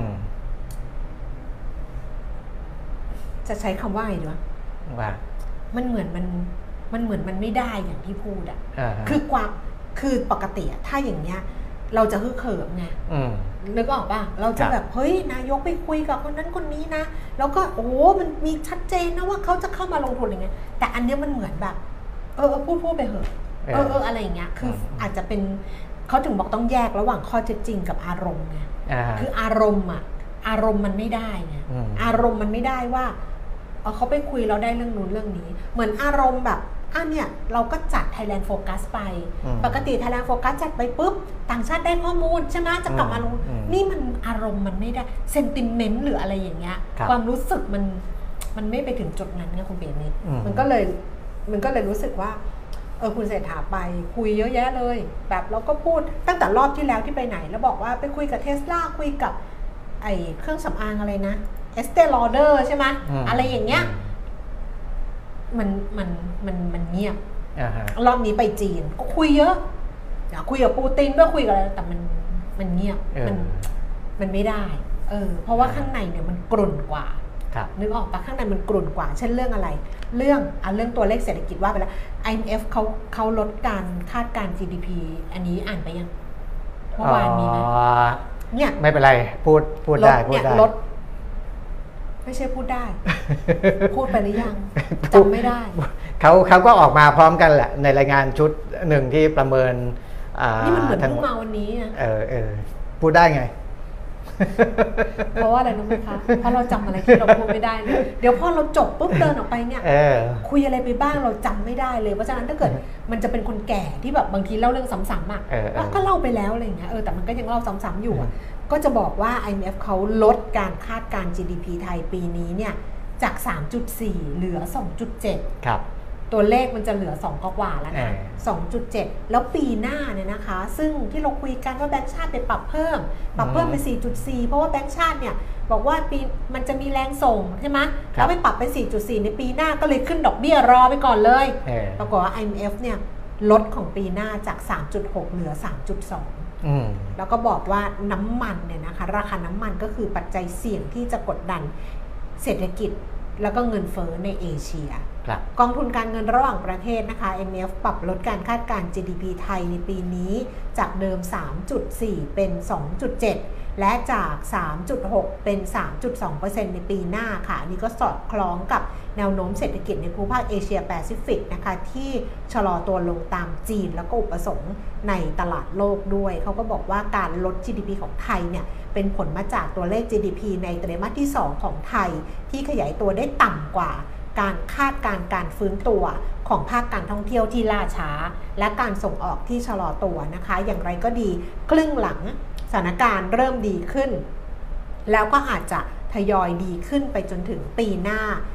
จะใช้คำว่าไงดีวะว่ามันเหมือนมันมันเหมือนมันไม่ได้อย่างที่พูดอ่ะคือความคือปกติถ้าอย่างเงี้ยเราจะฮึ่เขิมไงนึกออกป่ะเราจะแบบเฮ้ยนายกไปคุยกับคนนั้นคนนี้นะแล้วก็โอ้มันมีชัดเจนนะว่าเขาจะเข้ามาลงทุนยังไงแต่อันเนี้ยมันเหมือนแบบเออพูดพูดไปเหอะเออเอออะไรอย่างเงี้ยคืออาจจะเป็นเขาถึงบอกต้องแยกระหว่างข้อเท็จจริงกับอารมณ์ไงคืออารมณ์อ่ะอารมณ์มันไม่ได้ไงอารมณ์มันไม่ได้ว่าเขาไปคุยเราได้เรื่องนู้นเรื่องนี้เหมือนอารมณ์แบบอ่ะเนี่ยเราก็จัด Thailand Focus ไปปกติ Thailand Focus จัดไปปุ๊บต่างชาติได้ข้อมูลใช่ไหมจะกลับมาลงนี่มันอารมณ์มันไม่ได้เซนติเมนต์หรืออะไรอย่างเงี้ยความรู้สึกมันมันไม่ไปถึงจุดนั้นไงคุณเบียร์นี่มันก็เลยมันก็เลยรู้สึกว่าเออคุณเศรษฐาไปคุยเยอะแยะเลยแบบเราก็พูดตั้งแต่รอบที่แล้วที่ไปไหนแล้วบอกว่าไปคุยกับ Tesla คุยกับไอ้เครื่องสำอางอะไรนะเอสเตอร์ลอเดอร์ใช่ไหมอะไรอย่างเงี้ยมันมันมันมันเงียบรอบนี้ไปจีนก็คุยเยอะอยากคุยกับปูตินด้วยคุยกับอะไรแต่มันมันเงียบมันมันไม่ได้เออเพราะว่าข้างในเนี่ยมันกรุ่นกว่านึกออกปะข้างในมันกรุ่นกว่าเช่นเรื่องอะไรเรื่องอ่ะเรื่องตัวเลขเศรษฐกิจว่าไปแล้ว ไอ เอ็ม เอฟ เขาเขาลดการคาดการณ์ จี ดี พี อันนี้อ่านไปยังเมื่อวานมีไหมเนี่ยไม่เป็นไรพูดพูดได้พูดได้ลดไม่ใช่พูดได้พูดไปหรือยังจำไม่ได้เขาเขาก็ออกมาพร้อมกันแหละในรายงานชุดหนึ่งที่ประเมินนี่มันเหมือนเพิ่งมาวันนี้นะเออเออพูดได้ไงเพราะว่าอะไรรู้ไหมคะเพราะเราจำอะไรที่เราพูดไม่ได้เลยเดี๋ยวพอเราจบปุ๊บเดินออกไปเนี่ยคุยอะไรไปบ้างเราจำไม่ได้เลยเพราะฉะนั้นถ้าเกิดมันจะเป็นคนแก่ที่แบบบางทีเล่าเรื่องซ้ำๆอ่ะก็เล่าไปแล้วอะไรอย่างเงี้ยเออแต่มันก็ยังเล่าซ้ำๆอยู่ก็จะบอกว่า ไอ เอ็ม เอฟ เขาลดการคาดการณ์ จี ดี พี ไทยปีนี้เนี่ยจาก สามจุดสี่ เหลือ สองจุดเจ็ดครับตัวเลขมันจะเหลือสองกว่าแล้วนะ สองจุดเจ็ด แล้วปีหน้าเนี่ยนะคะซึ่งที่เราคุยกันว่าแบงก์ชาติไปปรับเพิ่มปรับเพิ่มไป สี่จุดสี่ เพราะว่าแบงก์ชาติเนี่ยบอกว่าปีมันจะมีแรงส่งใช่ไหมแล้วไปปรับไป สี่จุดสี่ ในปีหน้าก็เลยขึ้นดอกเบี้ยรอไปก่อนเลยปรากฏว่า ไอ เอ็ม เอฟ เนี่ยลดของปีหน้าจาก สามจุดหก เหลือ สามจุดสองแล้วก็บอกว่าน้ำมันเนี่ยนะคะราคาน้ำมันก็คือปัจจัยเสี่ยงที่จะกดดันเศรษฐกิจแล้วก็เงินเฟ้อในเอเชียกองทุนการเงินระหว่างประเทศนะคะ ไอ เอ็ม เอฟ ปรับลดการคาดการณ์ จี ดี พี ไทยในปีนี้จากเดิม สามจุดสี่ เป็น สองจุดเจ็ด และจาก สามจุดหก เป็น สามจุดสองเปอร์เซ็นต์ ในปีหน้าค่ะอันนี้ก็สอดคล้องกับแนวโน้มเศรษฐกิจในภูมิภาคเอเชียแปซิฟิกนะคะที่ชะลอตัวลงตามจีนแล้วก็อุปสงค์ในตลาดโลกด้วยเขาก็บอกว่าการลด จี ดี พี ของไทยเนี่ยเป็นผลมาจากตัวเลข จี ดี พี ในไตรมาสที่สองของไทยที่ขยายตัวได้ต่ำกว่าการคาดการณ์การฟื้นตัวของภาคการท่องเที่ยวที่ล่าช้าและการส่งออกที่ชะลอตัวนะคะอย่างไรก็ดีครึ่งหลังสถานการณ์เริ่มดีขึ้นแล้วก็อาจจะทยอยดีขึ้นไปจนถึงปีหน้า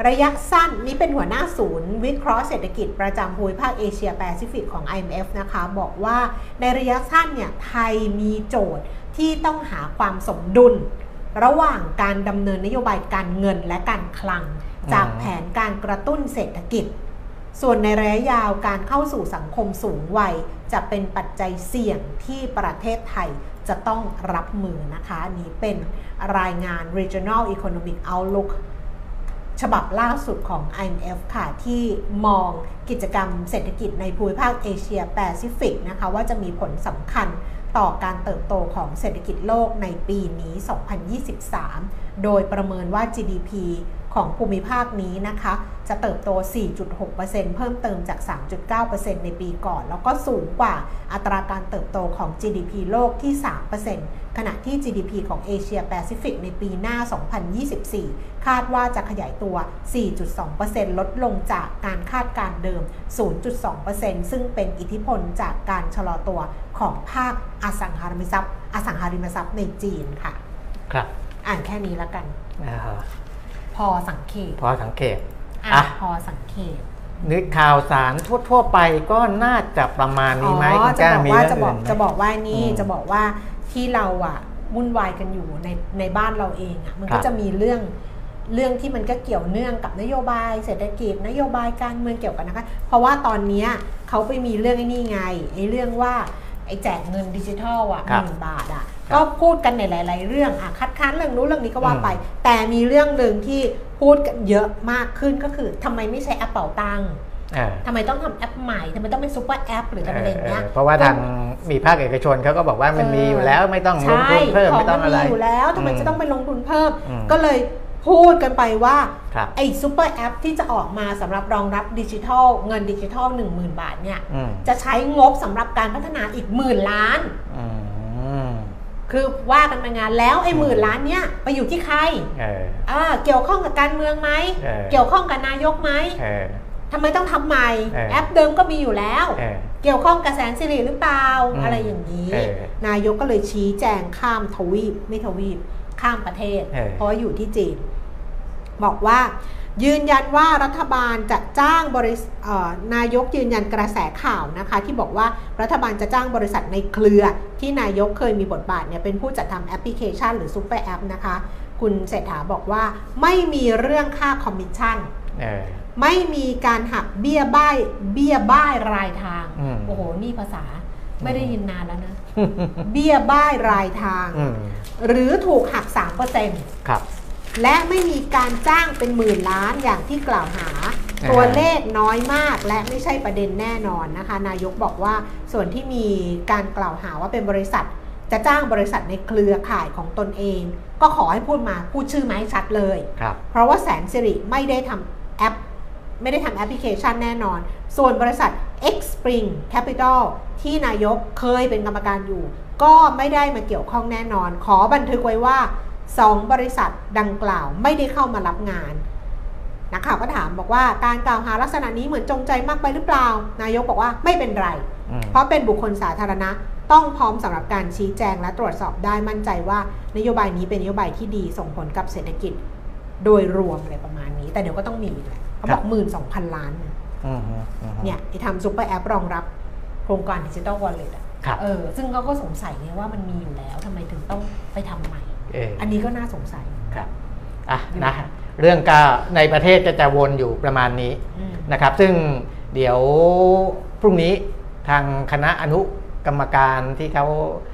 ระยะสั้นนี้เป็นหัวหน้าศูนย์วิเคราะห์เศรษฐกิจประจำภูมิภาคเอเชียแปซิฟิกของ ไอ เอ็ม เอฟ นะคะบอกว่าในระยะสั้นเนี่ยไทยมีโจทย์ที่ต้องหาความสมดุลระหว่างการดำเนินนโยบายการเงินและการคลังจากแผนการกระตุ้นเศรษฐกิจส่วนในระยะยาวการเข้าสู่สังคมสูงวัยจะเป็นปัจจัยเสี่ยงที่ประเทศไทยจะต้องรับมือนะคะนี้เป็นรายงาน Regional Economic Outlook ฉบับล่าสุดของ ไอ เอ็ม เอฟ ค่ะที่มองกิจกรรมเศรษฐกิจในภูมิภาคเอเชียแปซิฟิกนะคะว่าจะมีผลสำคัญต่อการเติบโตของเศรษฐกิจโลกในปีนี้ สองพันยี่สิบสาม โดยประเมินว่า จี ดี พี ของภูมิภาคนี้นะคะจะเติบโต สี่จุดหกเปอร์เซ็นต์ เพิ่มเติมจาก สามจุดเก้าเปอร์เซ็นต์ ในปีก่อนแล้วก็สูงกว่าอัตราการเติบโตของ จี ดี พี โลกที่ สามเปอร์เซ็นต์ ขณะที่ จี ดี พี ของเอเชียแปซิฟิกในปีหน้า สองพันยี่สิบสี่ คาดว่าจะขยายตัว สี่จุดสองเปอร์เซ็นต์ ลดลงจากการคาดการณ์เดิม ศูนย์จุดสองเปอร์เซ็นต์ ซึ่งเป็นอิทธิพลจากการชะลอตัวของภาคอสังหาริมทรัพย์อสังหาริมทรัพย์ในจีนค่ะครับอ่านแค่นี้แล้วกันพอสังเกตพอสังเกตอ่ะพอสังเกตนึกข่าวสารทั่วๆไปก็น่าจะประมาณนี้ไหมคุณแก้มีเรื่องอื่นไหมจะบอกว่านี่จะบอกว่าที่เราอ่ะวุ่นวายกันอยู่ในในบ้านเราเองอ่ะมันก็จะมีเรื่องเรื่องที่มันก็เกี่ยวเนื่องกับนโยบายเศรษฐกิจนโยบายการเมืองเกี่ยวกันนะคะเพราะว่าตอนนี้เขาไปมีเรื่องไอ้นี่ไงไอ้เรื่องว่าไอ้แจกเงินดิจิทัลอ่ะหมื่นบาทอ่ะก็พูดกันในหลายๆเรื่องอ่ะคัดค้านเรื่องนู้นเรื่องนี้ก็ว่าไปแต่มีเรื่องหนึ่งที่พูดกันเยอะมากขึ้นก็คือทำไมไม่ใช้แอปเป๋าตังค์ทำไมต้องทำแอปใหม่ทำไมต้องเป็นซุปเปอร์แอปหรืออะไรอย่างเงี้ยเพราะว่าทางมีภาคเอกชนเขาก็บอกว่ามันมีอยู่แล้วไม่ต้องลงทุนเพิ่มไม่ต้องอะไรมีอยู่แล้วทำไมจะต้องไปลงทุนเพิ่มก็เลยพูดกันไปว่าไอ้ซุปเปอร์แอปที่จะออกมาสำหรับรองรับดิจิทัลเงินดิจิทัล หนึ่งหมื่น บาทเนี่ยจะใช้งบสำหรับการพัฒนาอีกหมื่นล้านคือว่ากันมางานแล้วไอ้หมื่นล้านเนี้ยไปอยู่ที่ใครเอออ่าเกี่ยวข้องกับการเมืองไหมเ, เกี่ยวข้องกับนายกไหมทำไมต้องทำใหม่แอปเดิมก็มีอยู่แล้วเ, เกี่ยวข้องกับแสนสิริหรือเปล่า อ, อะไรอย่างนี้นายกก็เลยชี้แจงข้ามทวีปไม่ทวีปข้ามประเทศเพราะว่าอยู่ที่จีนบอกว่ายืนยันว่ารัฐบาลจะจ้างบริษัทนายกยืนยันกระแสข่าวนะคะที่บอกว่ารัฐบาลจะจ้างบริษัทในเครือที่นายกเคยมีบทบาทเนี่ยเป็นผู้จัดทำแอปพลิเคชันหรือซุปเปอร์แอปนะคะคุณเศรษฐาบอกว่าไม่มีเรื่องค่าคอมมิชชั่นไม่มีการหักเบี้ยบ้ายเบี้ยบ้ายรายทางโอ้โหนี่ภาษาไม่ได้ยินนานแล้วนะ เบี้ยบ้ายรายทางหรือถูกหัก สามเปอร์เซ็นต์ ครับและไม่มีการจ้างเป็นหมื่นล้านอย่างที่กล่าวหาตัวเลขน้อยมากและไม่ใช่ประเด็นแน่นอนนะคะนายกบอกว่าส่วนที่มีการกล่าวหาว่าเป็นบริษัทจะจ้างบริษัทในเครือข่ายของตนเองก็ขอให้พูดมาพูดชื่อมาให้ชัดเลยเพราะว่าแสนสิริไม่ได้ทำแอปไม่ได้ทำแอปพลิเคชันแน่นอนส่วนบริษัท Xspring Capital ที่นายกเคยเป็นกรรมการอยู่ก็ไม่ได้มาเกี่ยวข้องแน่นอนขอบันทึกไว้ว่าสองบริษัทดังกล่าวไม่ได้เข้ามารับงานนักข่าวก็ถามบอกว่าการกล่าวหาลักษณะนี้เหมือนจงใจมากไปหรือเปล่านายกบอกว่าไม่เป็นไรเพราะเป็นบุคคลสาธารณะต้องพร้อมสำหรับการชี้แจงและตรวจสอบได้มั่นใจว่านโยบายนี้เป็นนโยบายที่ดีส่งผลกับเศรษฐกิจโดยรวมอะไรประมาณนี้แต่เดี๋ยวก็ต้องมีแหละเขาบอกหมื่นสองพันล้านเนี่ยที่ทำซุปเปอร์แอปรองรับโครงการดิจิทัลวอลเล็ตอ่ะเออซึ่งเขาก็สงสัยไงว่ามันมีอยู่แล้วทำไมถึงต้องไปทำใหม่อันนี้ก็น่าสงสัยครับอ่ะนะเรื่องก็ในประเทศจะจะวนอยู่ประมาณนี้นะครับซึ่งเดี๋ยวพรุ่งนี้ทางคณะอนุกรรมการที่เขา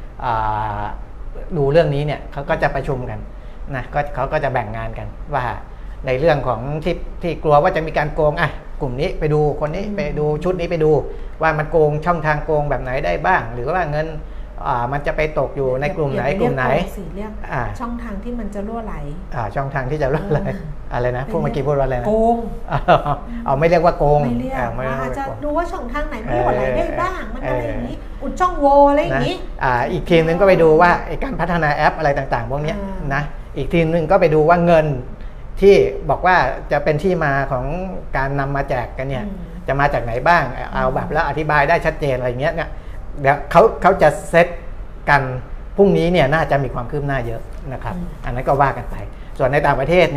ดูเรื่องนี้เนี่ยเขาก็จะประชุมกันนะก็เขาก็จะแบ่งงานกันว่าในเรื่องของที่ที่กลัวว่าจะมีการโกงอ่ะกลุ่มนี้ไปดูคนนี้ไปดูชุดนี้ไปดูว่ามันโกงช่องทางโกงแบบไหนได้บ้างหรือว่าเงินมันจะไปตกอยู่ในกลุ่มไหนกลุ่มไหนเรียกช่องทางที่มันจะรั่วไหลช่องทางที่จะรั่วไหลอะไรนะพวกเมื่อกี้พูดว่าอะไรนะโกงเอาไม่เรียกว่าโกงไม่เรียกอาจจะดูว่าช่องทางไหนมันรั่วไหลได้บ้างมันอะไรอย่างนี้อุดช่องโหว่อะไรอย่างนี้อีกทีนึงก็ไปดูว่าการพัฒนาแอปอะไรต่างๆพวกนี้นะอีกทีนึงก็ไปดูว่าเงินที่บอกว่าจะเป็นที่มาของการนำมาแจกกันเนี่ยจะมาจากไหนบ้างเอาแบบแล้วอธิบายได้ชัดเจนอะไรเงี้ยเนี่ยเดี๋ยวเขาเขาจะเซตกันพรุ่งนี้เนี่ยน่าจะมีความคืบหน้าเยอะนะครับอันนั้นก็ว่ากันไปส่วนในต่างประเทศเนี่ย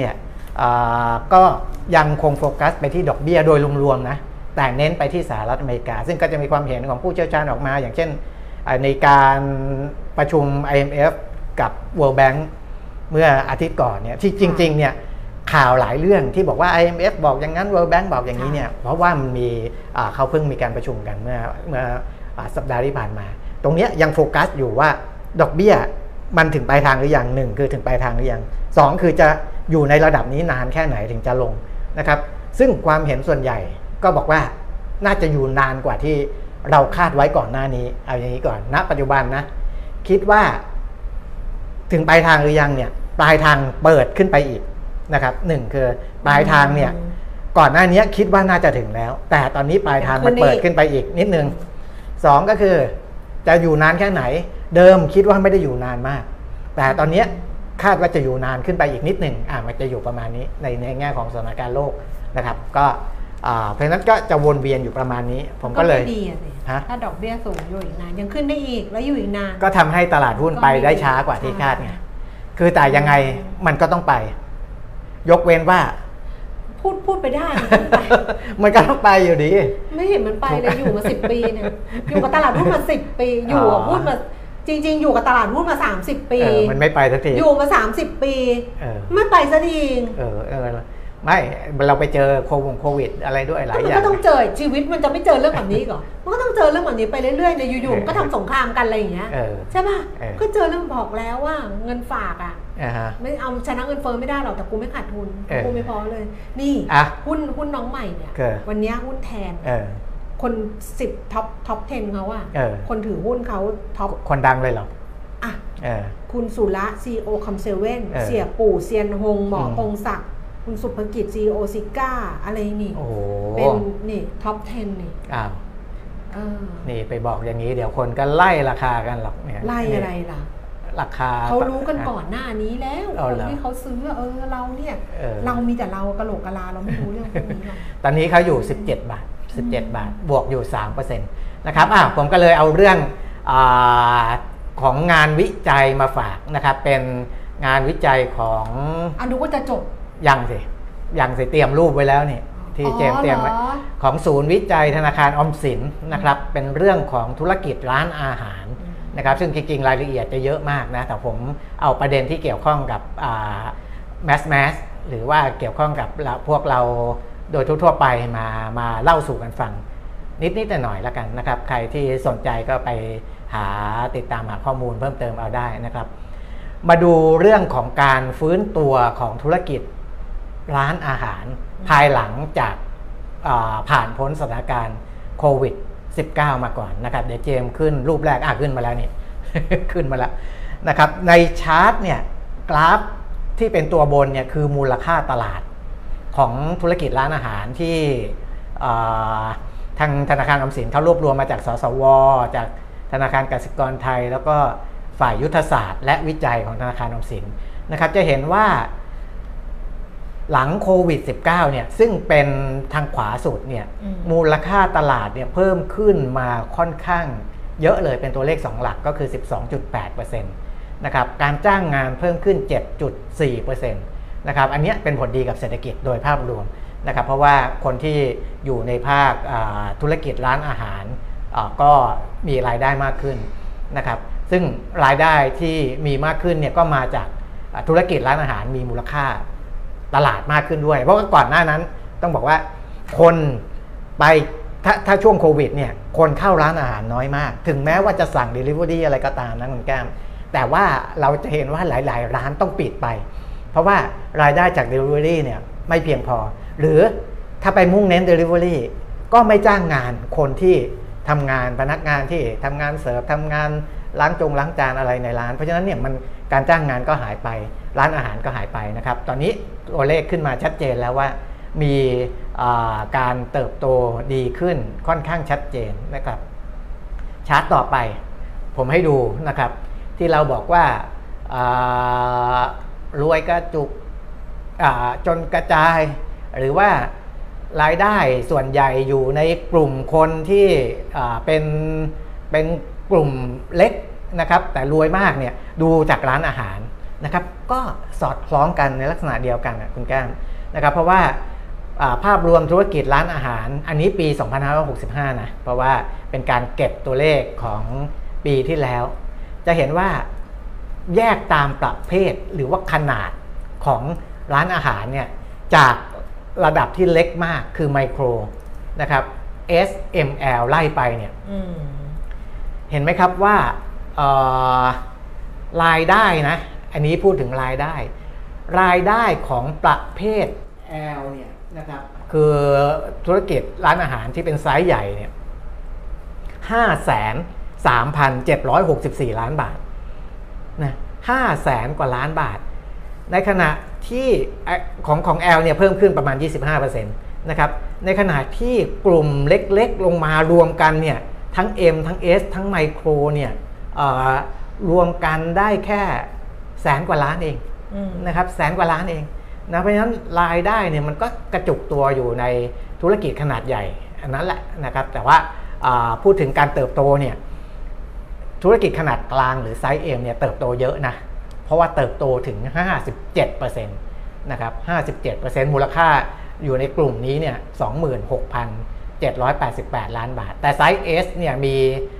ก็ยังคงโฟกัสไปที่ดอกเบี้ยโดยรวมๆนะแต่เน้นไปที่สหรัฐอเมริกาซึ่งก็จะมีความเห็นของผู้เชี่ยวชาญออกมาอย่างเช่นในการประชุม ไอ เอ็ม เอฟ กับ World Bank เมื่ออาทิตย์ก่อนเนี่ยที่จริงๆเนี่ยข่าวหลายเรื่องที่บอกว่า ไอ เอ็ม เอฟ บอกอย่างนั้น World Bank บอกอย่างนี้เนี่ยเพราะว่ามันมีเขาเพิ่งมีการประชุมกันเมื่อเมื่อสัปดาห์ที่ผ่านมาตรงนี้ยังโฟกัสอยู่ว่าดอกเบี้ยมันถึงปลายทางหรือยังหนึ่งคือถึงปลายทางหรือยังสองคือจะอยู่ในระดับนี้นานแค่ไหนถึงจะลงนะครับซึ่งความเห็นส่วนใหญ่ก็บอกว่าน่าจะอยู่นานกว่าที่เราคาดไว้ก่อนหน้านี้เอาอย่างนี้ก่อนณปัจจุบันนะคิดว่าถึงปลายทางหรือยังเนี่ยปลายทางเปิดขึ้นไปอีกนะครับหนึ่งคือปลายทางเนี่ยก่อนหน้านี้คิดว่าน่าจะถึงแล้วแต่ตอนนี้ปลายทางมันเปิดขึ้นไปอีกนิดนึงสองก็คือจะอยู่นานแค่ไหนเดิมคิดว่าไม่ได้อยู่นานมากแต่ตอนนี้คาดว่าจะอยู่นานขึ้นไปอีกนิดหนึ่งอ่ามันจะอยู่ประมาณนี้ในในแง่ของสถานการณ์โลกนะครับก็เพราะฉะนั้นก็จะวนเวียนอยู่ประมาณนี้ผมก็เลยดีสิถ้าดอกเบี้ยสูงอยู่อีกนานยังขึ้นได้อีกแล้วอยู่อีกนานก็ทำให้ตลาดหุ้นไปได้ช้ากว่าที่คาดไงคือแต่ยังไงมันก็ต้องไปยกเว้นว่าพูดพูดไปได้มันก็ต้องไปอยู่ดีไม่เห็นมันไปเลยอยู่มาสิบปีเนี่ยอยู่กับตลาดหุ้นมาสิบปีอยู่กับหุ้นมาจริงๆอยู่กับตลาดหุ้นมาสามสิบปีมันไม่ไปสักทีอยู่มาสามสิบปีไม่ไปสักทีเออเออไม่เราไปเจอโควิดอะไรด้วยหลายอย่างมันก็ต้องเจอชีวิตมันจะไม่เจอเรื่องแบบนี้ก่อนมันก็ต้องเจอเรื่องแบบนี้ไปเรื่อยๆในอยู่ๆก็ทำสงครามกันอะไรอย่างเงี้ยใช่ป่ะก็เจอเรื่องบอกแล้วว่าเงินฝากอ่ะไม่เอาชนะเงินเฟ้อไม่ได้หรอกแต่กูไม่ขาดทุนกูไม่พอเลยนี่หุ้นหุ้นน้องใหม่เนี่ยวันนี้หุ้นแทนคนสิบท็อปท็อปสิบเขาอ่ะคนถือหุ้นเขาท็อปคนดังเลยเหรออ่ะคุณสุระ ซี อี โอ คอมเซเว่นเสี่ยปู่เซียนฮงหมอพงศักดิ์คุณสุภกิจ ซี อี โอ ซิก้าอะไรนี่เป็นนี่ท็อปสิบนี่อ้าวนี่ไปบอกอย่างนี้เดี๋ยวคนก็ไล่ราคากันหรอกเนี่ยไล่อะไรล่ะราคาเขารู้กันก่อนหน้านี้แล้วคนที่เขาซื้อเออเราเนี่ยเรามีแต่เรากะโหลกกะลาเราไม่รู้เรื่องพวกนี้หรอกตอนนี้เขาอยู่สิบเจ็ดบาทสิบเจ็ดบาทบวกอยู่ สามเปอร์เซ็นต์ นะครับอ่ะผมก็เลยเอาเรื่องของงานวิจัยมาฝากนะครับเป็นงานวิจัยของอ่ะดูว่าจะจบยังสิยังสิเตรียมรูปไว้แล้วนี่ที่เจมเตรียมไว้ของศูนย์วิจัยธนาคารออมสินนะครับเป็นเรื่องของธุรกิจร้านอาหารนะครับซึ่งจริงๆรายละเอียดจะเยอะมากนะแต่ผมเอาประเด็นที่เกี่ยวข้องกับแมสแมสหรือว่าเกี่ยวข้องกับพวกเราโดยทั่วๆไปมามาเล่าสู่กันฟังนิดๆหน่อยๆแล้วกันนะครับใครที่สนใจก็ไปหาติดตามหาข้อมูลเพิ่มเติมเอาได้นะครับมาดูเรื่องของการฟื้นตัวของธุรกิจร้านอาหารภายหลังจากผ่านพ้นสถานการณ์โควิด สิบเก้า มาก่อนนะครับเดี๋ยวเจมขึ้นรูปแรกอ่ะขึ้นมาแล้วนี่ ขึ้นมาแล้วนะครับในชาร์ตเนี่ยกราฟที่เป็นตัวบนเนี่ยคือมูลค่าตลาดของธุรกิจร้านอาหารที่ทางธนาคารออมสินเขารวบรวมมาจากสสวจากธนาคารกสิกรไทยแล้วก็ฝ่ายยุทธศาสตร์และวิจัยของธนาคารออมสินนะครับจะเห็นว่าหลังโควิด สิบเก้า เนี่ยซึ่งเป็นทางขวาสุดเนี่ยมูลค่าตลาดเนี่ยเพิ่มขึ้นมาค่อนข้างเยอะเลยเป็นตัวเลขสองหลักก็คือ สิบสองจุดแปดเปอร์เซ็นต์ นะครับการจ้างงานเพิ่มขึ้น เจ็ดจุดสี่เปอร์เซ็นต์ นะครับอันนี้เป็นผลดีกับเศรษฐกิจโดยภาพรวมนะครับเพราะว่าคนที่อยู่ในภาคธุรกิจร้านอาหารก็มีรายได้มากขึ้นนะครับซึ่งรายได้ที่มีมากขึ้นเนี่ยก็มาจากธุรกิจร้านอาหารมีมูลค่าตลาดมากขึ้นด้วยเพราะว่าก่อนหน้านั้นต้องบอกว่าคนไปถ้าถ้าช่วงโควิดเนี่ยคนเข้าร้านอาหารน้อยมากถึงแม้ว่าจะสั่ง Delivery อะไรก็ตามนะคุณแก้มแต่ว่าเราจะเห็นว่าหลายๆร้านต้องปิดไปเพราะว่ารายได้จาก Delivery เนี่ยไม่เพียงพอหรือถ้าไปมุ่งเน้น Delivery ก็ไม่จ้างงานคนที่ทำงานพนักงานที่ทำงานเสิร์ฟทำงานล้างจงล้างจานอะไรในร้านเพราะฉะนั้นเนี่ยมันการจ้างงานก็หายไปร้านอาหารก็หายไปนะครับตอนนี้ตัวเลขขึ้นมาชัดเจนแล้วว่ามีการเติบโตดีขึ้นค่อนข้างชัดเจนนะครับชาร์ตต่อไปผมให้ดูนะครับที่เราบอกว่ารวยกระจุกจนกระจายหรือว่ารายได้ส่วนใหญ่อยู่ในกลุ่มคนที่เป็นเป็นกลุ่มเล็กนะครับแต่รวยมากเนี่ยดูจากร้านอาหารนะครับก็สอดคล้องกันในลักษณะเดียวกันนะคุณแก้มนะครับเพราะว่าภาพรวมธุรกิจร้านอาหารอันนี้ปีสองพันห้าร้อยหกสิบห้านะเพราะว่าเป็นการเก็บตัวเลขของปีที่แล้วจะเห็นว่าแยกตามประเภทหรือว่าขนาดของร้านอาหารเนี่ยจากระดับที่เล็กมากคือไมโครนะครับ เอส เอ็ม แอล ไล่ไปเนี่ยเห็นไหมครับว่ารายได้นะอันนี้พูดถึงรายได้รายได้ของประเภท L เนี่ยนะครับคือธุรกิจร้านอาหารที่เป็นไซส์ใหญ่เนี่ย ห้าแสนสามพันเจ็ดร้อยหกสิบสี่ ล้านบาทนะห้าแสนกว่าล้านบาทในขณะที่ของของ L เนี่ยเพิ่มขึ้นประมาณ ยี่สิบห้าเปอร์เซ็นต์ นะครับในขณะที่กลุ่มเล็กๆลงมารวมกันเนี่ยทั้ง M ทั้ง S ทั้งไมโครเนี่ยรวมกันได้แค่แสนกว่าล้านเองนะครับแสนกว่าล้านเองนะเพราะฉะนั้นรายได้เนี่ยมันก็กระจุกตัวอยู่ในธุรกิจขนาดใหญ่อันนั้นแหละนะครับแต่ว่าพูดถึงการเติบโตเนี่ยธุรกิจขนาดกลางหรือไซส์ M เนี่ยเติบโตเยอะนะเพราะว่าเติบโตถึง ห้าสิบเจ็ดเปอร์เซ็นต์ นะครับ ห้าสิบเจ็ดเปอร์เซ็นต์ มูลค่าอยู่ในกลุ่มนี้เนี่ย สองหมื่นหกพันเจ็ดร้อยแปดสิบแปด ล้านบาทแต่ไซส์ S เนี่ยมี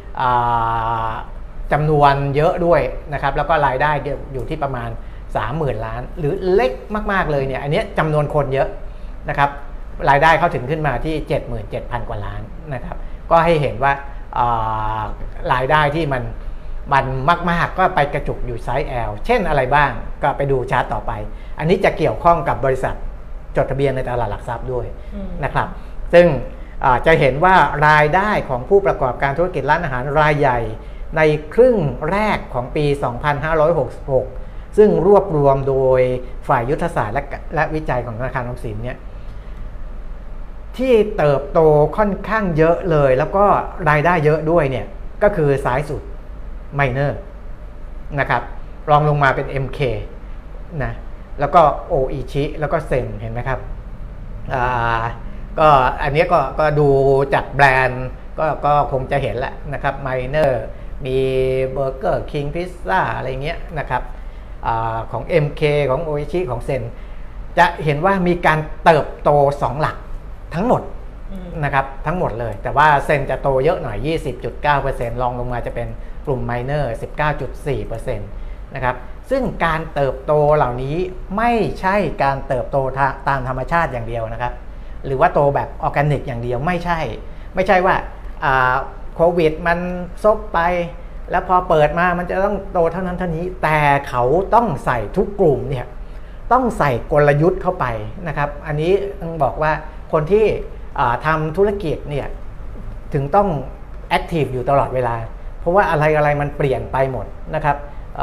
จำนวนเยอะด้วยนะครับแล้วก็รายได้อยู่ที่ประมาณ สามหมื่น ล้านหรือเล็กมากๆเลยเนี่ยอันนี้จำนวนคนเยอะนะครับรายได้เข้าถึงขึ้นมาที่ เจ็ดหมื่นเจ็ดพัน กว่าล้านนะครับก็ให้เห็นว่ารายได้ที่มันมันมากๆก็ไปกระจุกอยู่ไซส์ L เช่นอะไรบ้างก็ไปดูชาร์ตต่อไปอันนี้จะเกี่ยวข้องกับบริษัทจดทะเบียนในตลาดหลักทรัพย์ด้วยนะครับซึ่งจะเห็นว่ารายได้ของผู้ประกอบการธุรกิจร้านอาหารรายใหญ่ในครึ่งแรกของปี สองพันห้าร้อยหกสิบหก ซึ่งรวบรวมโดยฝ่ายยุทธศาสตร์และและวิจัยของธนาคารออมสินเนี่ยที่เติบโตค่อนข้างเยอะเลยแล้วก็รายได้เยอะด้วยเนี่ยก็คือสายสุดไมเนอร์นะครับรองลงมาเป็น เอ็ม เค นะแล้วก็โออิชิแล้วก็เซนเห็นไหมครับอ่าก็อันนี้ก็ก็ดูจากแบรนด์ก็ก็คงจะเห็นแหละนะครับไมเนอร์มีเบอร์เกอร์คิงพิซซ่าอะไรเงี้ยนะครับอาของ เอ็ม เค ของโออิชิของเซนจะเห็นว่ามีการเติบโตสองหลักทั้งหมดนะครับทั้งหมดเลยแต่ว่าเซนจะโตเยอะหน่อย ยี่สิบจุดเก้าเปอร์เซ็นต์ รองลงมาจะเป็นกลุ่มไมเนอร์ สิบเก้าจุดสี่เปอร์เซ็นต์ นะครับซึ่งการเติบโตเหล่านี้ไม่ใช่การเติบโตตามธรรมชาติอย่างเดียวนะครับหรือว่าโตแบบออร์แกนิกอย่างเดียวไม่ใช่ไม่ใช่ว่าโควิดมันซบไปแล้วพอเปิดมามันจะต้องโตเท่านั้นเท่านี้แต่เขาต้องใส่ทุกกลุ่มเนี่ยต้องใส่กลยุทธ์เข้าไปนะครับอันนี้ต้องบอกว่าคนที่ทำธุรกิจเนี่ยถึงต้องแอคทีฟอยู่ตลอดเวลาเพราะว่าอะไรอะไรมันเปลี่ยนไปหมดนะครับ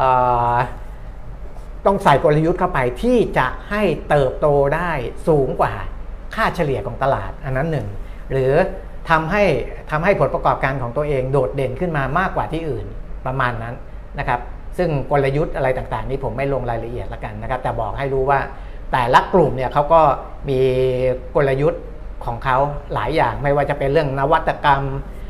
ต้องใส่กลยุทธ์เข้าไปที่จะให้เติบโตได้สูงกว่าค่าเฉลี่ยของตลาดอันนั้นหนึ่งหรือทำให้ทำให้ผลประกอบการของตัวเองโดดเด่นขึ้นมามากกว่าที่อื่นประมาณนั้นนะครับซึ่งกลยุทธ์อะไรต่างๆนี้ผมไม่ลงรายละเอียดแล้วกันนะครับแต่บอกให้รู้ว่าแต่ละกลุ่มเนี่ยเขาก็มีกลยุทธ์ของเขาหลายอย่างไม่ว่าจะเป็นเรื่องนวัตกรรม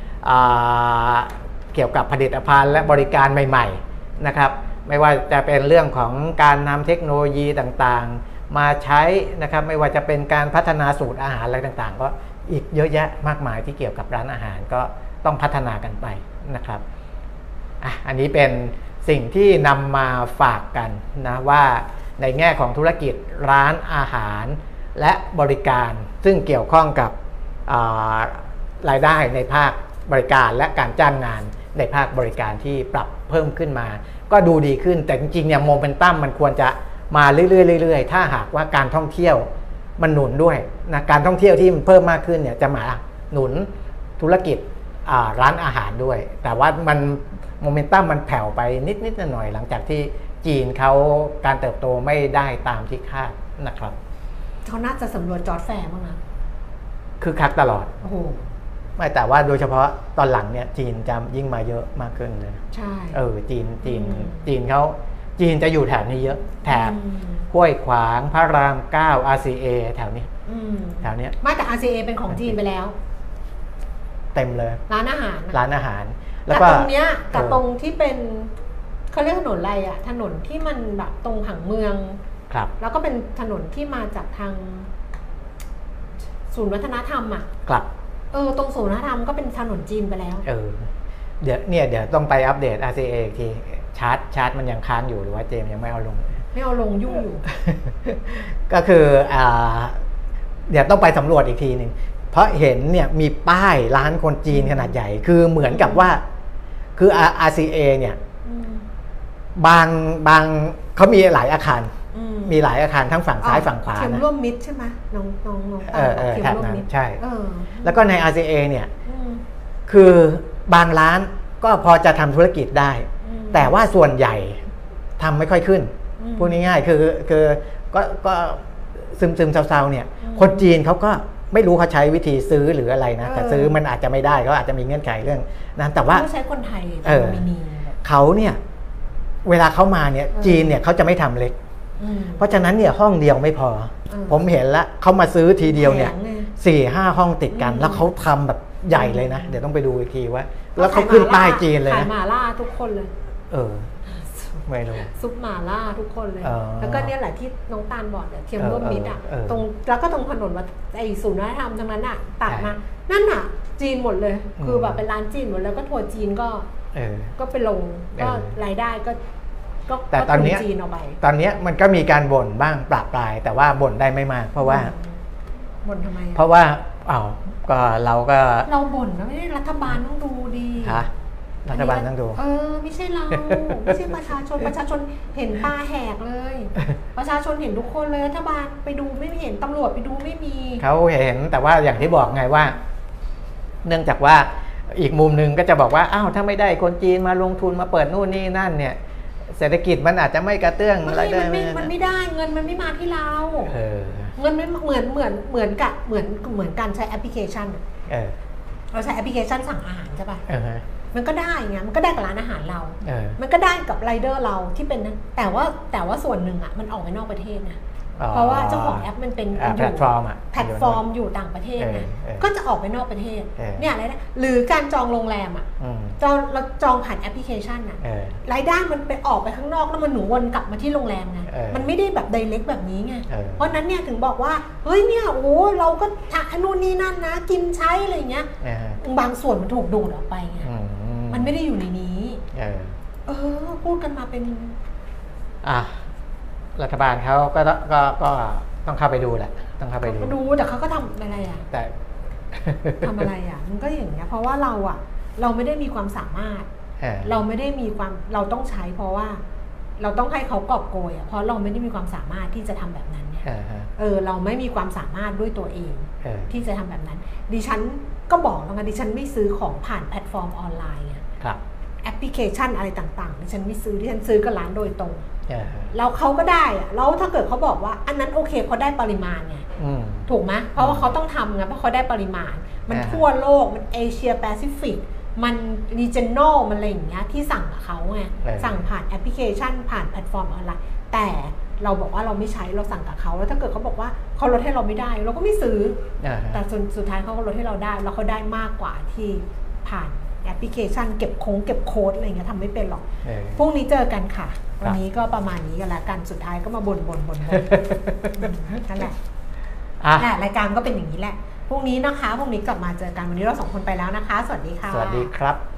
เกี่ยวกับผลิตภัณฑ์และบริการใหม่ๆนะครับไม่ว่าจะเป็นเรื่องของการนำเทคโนโลยีต่างๆมาใช้นะครับไม่ว่าจะเป็นการพัฒนาสูตรอาหารอะไรต่างๆก็อีกเยอะแยะมากมายที่เกี่ยวกับร้านอาหารก็ต้องพัฒนากันไปนะครับอ่ะอันนี้เป็นสิ่งที่นำมาฝากกันนะว่าในแง่ของธุรกิจร้านอาหารและบริการซึ่งเกี่ยวข้องกับรายได้ในภาคบริการและการจ้างงานในภาคบริการที่ปรับเพิ่มขึ้นมาก็ดูดีขึ้นแต่จริงๆเนี่ยโมเมนตัมมันควรจะมาเรื่อยๆๆถ้าหากว่าการท่องเที่ยวมันหนุนด้วยนะการท่องเที่ยวที่มันเพิ่มมากขึ้นเนี่ยจะมาหนุนธุรกิจร้านอาหารด้วยแต่ว่ามันโมเมนตัมมันแผ่วไปนิดๆหน่อยๆหลังจากที่จีนเขาการเติบโตไม่ได้ตามที่คาดนะครับเขาน่าจะสำรวจจอร์จแฟร์บ้างนะคือคักตลอดโอ้โหไม่แต่ว่าโดยเฉพาะตอนหลังเนี่ยจีนจะยิ่งมาเยอะมากขึ้นเลยใช่เออจีนจีนจีนเขาจีนจะอยู่แถบนี้เยอะแถบห้วยขวางพระรามเก้า อาร์ ซี เอ แถวนี้แถวนี้ไม่แต่ อาร์ ซี เอ เป็นของจีนไปแล้วเต็มเลยร้านอาหารร้านอาหารแล้วก็ตรงเนี้ยกับตรงที่เป็นเขาเรียกถนนอะไรอะถนนที่มันแบบตรงผังเมืองครับแล้วก็เป็นถนนที่มาจากทางศูนย์วัฒนธรรมอะครับเออตรงศูนย์วัฒนธรรมก็เป็นถนนจีนไปแล้วเออเดี๋ยวเนี่ยเดี๋ยวต้องไปอัปเดต อาร์ ซี เอ อีกทีชาร์จชาร์จมันยังค้างอยู่หรือว่าเจมยังไม่เอาลงไม่เอาลงยุ่งอยู่ก็คืออ่าเดี๋ยวต้องไปสำรวจอีกทีนึงเพราะเห็นเนี่ยมีป้ายร้านคนจีนขนาดใหญ่คือเหมือนกับว่าคือ อาร์ ซี เอ เนี่ยบางบางเขามีหลายอาคารมีหลายอาคารทั้งฝั่งซ้ายฝั่งขวานะเทียมร่วมมิตรใช่ไหมน้องน้องน้องเออเออแถบนั้นใช่แล้วก็ใน อาร์ ซี เอ เนี่ยคือบางร้านก็พอจะทำธุรกิจได้แต่ว่าส่วนใหญ่ทำไม่ค่อยขึ้นพูดง่ายๆคือคือก็ก็ซึมซึมเศร้าๆเนี่ยคนจีนเขาก็ไม่รู้เขาใช้วิธีซื้อหรืออะไรนะแต่ซื้อมันอาจจะไม่ได้เขาอาจจะมีเงื่อนไขเรื่องนั้นแต่ว่าเขาใช้คนไทยเขาเนี่ยเวลาเขามาเนี่ยจีนเนี่ยเขาจะไม่ทำเล็กเพราะฉะนั้นเนี่ยห้องเดียวไม่พอผมเห็นแล้วเขามาซื้อทีเดียวเนี่ยสี่ห้าห้องติดกันแล้วเขาทำแบบใหญ่เลยนะเดี๋ยวต้องไปดูอีกทีว่าแล้วเขาขึ้นป้ายจีนเลยนะขายหม่าล่าทุกคนเลยเออไม่รู้ซุปหม่าล่าทุกคนเลยแล้วก็เนี่ยแหละที่น้องตาลบอกเนี่ยเทียมร่วมมิตรอ่ะตรงแล้วก็ตรงถนนวัดไอ้ศูนย์วัฒนธรรมทั้งนั้นอ่ะตัดมานั่นอ่ะจีนหมดเลยคือแบบเป็นร้านจีนหมดแล้วก็ทัวร์จีนก็ก็ไปลงก็รายได้ก็แต่ตอนนี้ตอนนี้มันก็มีการบ่นบ้างปราบปรายแต่ว่าบ่นได้ไม่มากเพราะว่าบ่นทำไมเพราะว่าอ้าวก็เราก็เราบ่นนะไม่ได้รัฐบาลต้องดูดีฮะรัฐบาลต้องดูเออไม่ใช่เราไม่ใช่ประชาชนประชาชนเห็นตาแหกเลยประชาชนเห็นทุกคนเลยรัฐบาลไปดูไม่เห็นตำรวจไปดูไม่มีเขาเห็นแต่ว่าอย่างที่บอกไงว่าเนื่องจากว่าอีกมุมนึงก็จะบอกว่าอ้าวถ้าไม่ได้คนจีนมาลงทุนมาเปิดนู่นนี่นั่นเนี่ยเศรษฐกิจมันอาจจะไม่กระเตื้องอะไรได้มันไม่มันไม่ได้เงินมันไม่มาที่เราเงินไม่เหมือนเหมือนเหมือนกับเหมือนเหมือนการใช้แอปพลิเคชันเราใช้แอปพลิเคชันสั่งอาหารใช่ป่ะมันก็ได้ไงมันก็ได้กับร้านอาหารเรามันก็ได้กับไรเดอร์เราที่เป็นนั้นแต่ว่าแต่ว่าส่วนหนึ่งอ่ะมันออกไปนอกประเทศนะเพราะว่าเจ้าของแอปมันเป็นแพลตฟอร์มอ่ะแพลตฟอร์มอยู่ต่างประเทศไงก็จะออกไปนอกประเทศเนี่ยอะไรนะหรือการจองโรงแรมอ่ะจองเราจองผ่านแอปพลิเคชันอ่ะรายได้มันไปออกไปข้างนอกแล้วมันหนูวนกลับมาที่โรงแรมไงมันไม่ได้แบบไดเรกแบบนี้ไงเพราะนั้นเนี่ยถึงบอกว่าเฮ้ยเนี่ยโอ้เราก็ทำนู่นนี่นั่นนะกินใช้อะไรเงี้ยบางส่วนมันถูกดูดออกไปไงมันไม่ได้อยู่ในนี้เออพูดกันมาเป็นอ่ะรัฐบาลเขาก็ก็ก็ต้องเข้าไปดูแหละต้องเข้าไปดูดูแต่เขาก็ทำอะไรอ่ะแต่ทำอะไรอ่ะมันก็อย่างเงี้ยเพราะว่าเราอ่ะเราไม่ได้มีความสามารถเราไม่ได้มีความเราต้องใช้เพราะว่าเราต้องให้เขากอบโกยอ่ะเพราะเราไม่ได้มีความสามารถที่จะทำแบบนั้นเนี่ยเออเราไม่มีความสามารถด้วยตัวเองที่จะทำแบบนั้นดิฉันก็บอกแล้วไงดิฉันไม่ซื้อของผ่านแพลตฟอร์มออนไลน์ไงแอปพลิเคชันอะไรต่างๆดิฉันไม่ซื้อดิฉันซื้อกับร้านโดยตรงแล้วเขาก็ได้อะแล้วถ้าเกิดเขาบอกว่าอันนั้นโอเคเขาได้ปริมาณไงถูกไหมเพราะว่าเขาต้องทำไงเพราะเขาได้ปริมาณมันทั่วโลกมันเอเชียแปซิฟิกมันรีเจนอลมันอะไรอย่างเงี้ยที่สั่งกับเขาไงสั่งผ่านแอปพลิเคชันผ่านแพลตฟอร์มออนไลน์แต่เราบอกว่าเราไม่ใช้เราสั่งกับเขาแล้วถ้าเกิดเขาบอกว่าเขาลดให้เราไม่ได้เราก็ไม่ซื้อแต่สุดท้ายเขาก็ลดให้เราได้แล้วเขาได้มากกว่าที่ผ่านแอปพลิเคชันเก็บโค้งเก็บโค้ดอะไรเงี้ยทำไม่เป็นหรอกพรุ่งนี้เจอกันค่ะวันนี้ก็ประมาณนี้กันแล้วกันสุดท้ายก็มาบ่นบ่นบ่นนั่นแหละรายการก็เป็นอย่างนี้แหละพรุ่งนี้นะคะพรุ่งนี้กลับมาเจอกันวันนี้เราสองคนไปแล้วนะคะสวัสดีค่ะสวัสดีครับ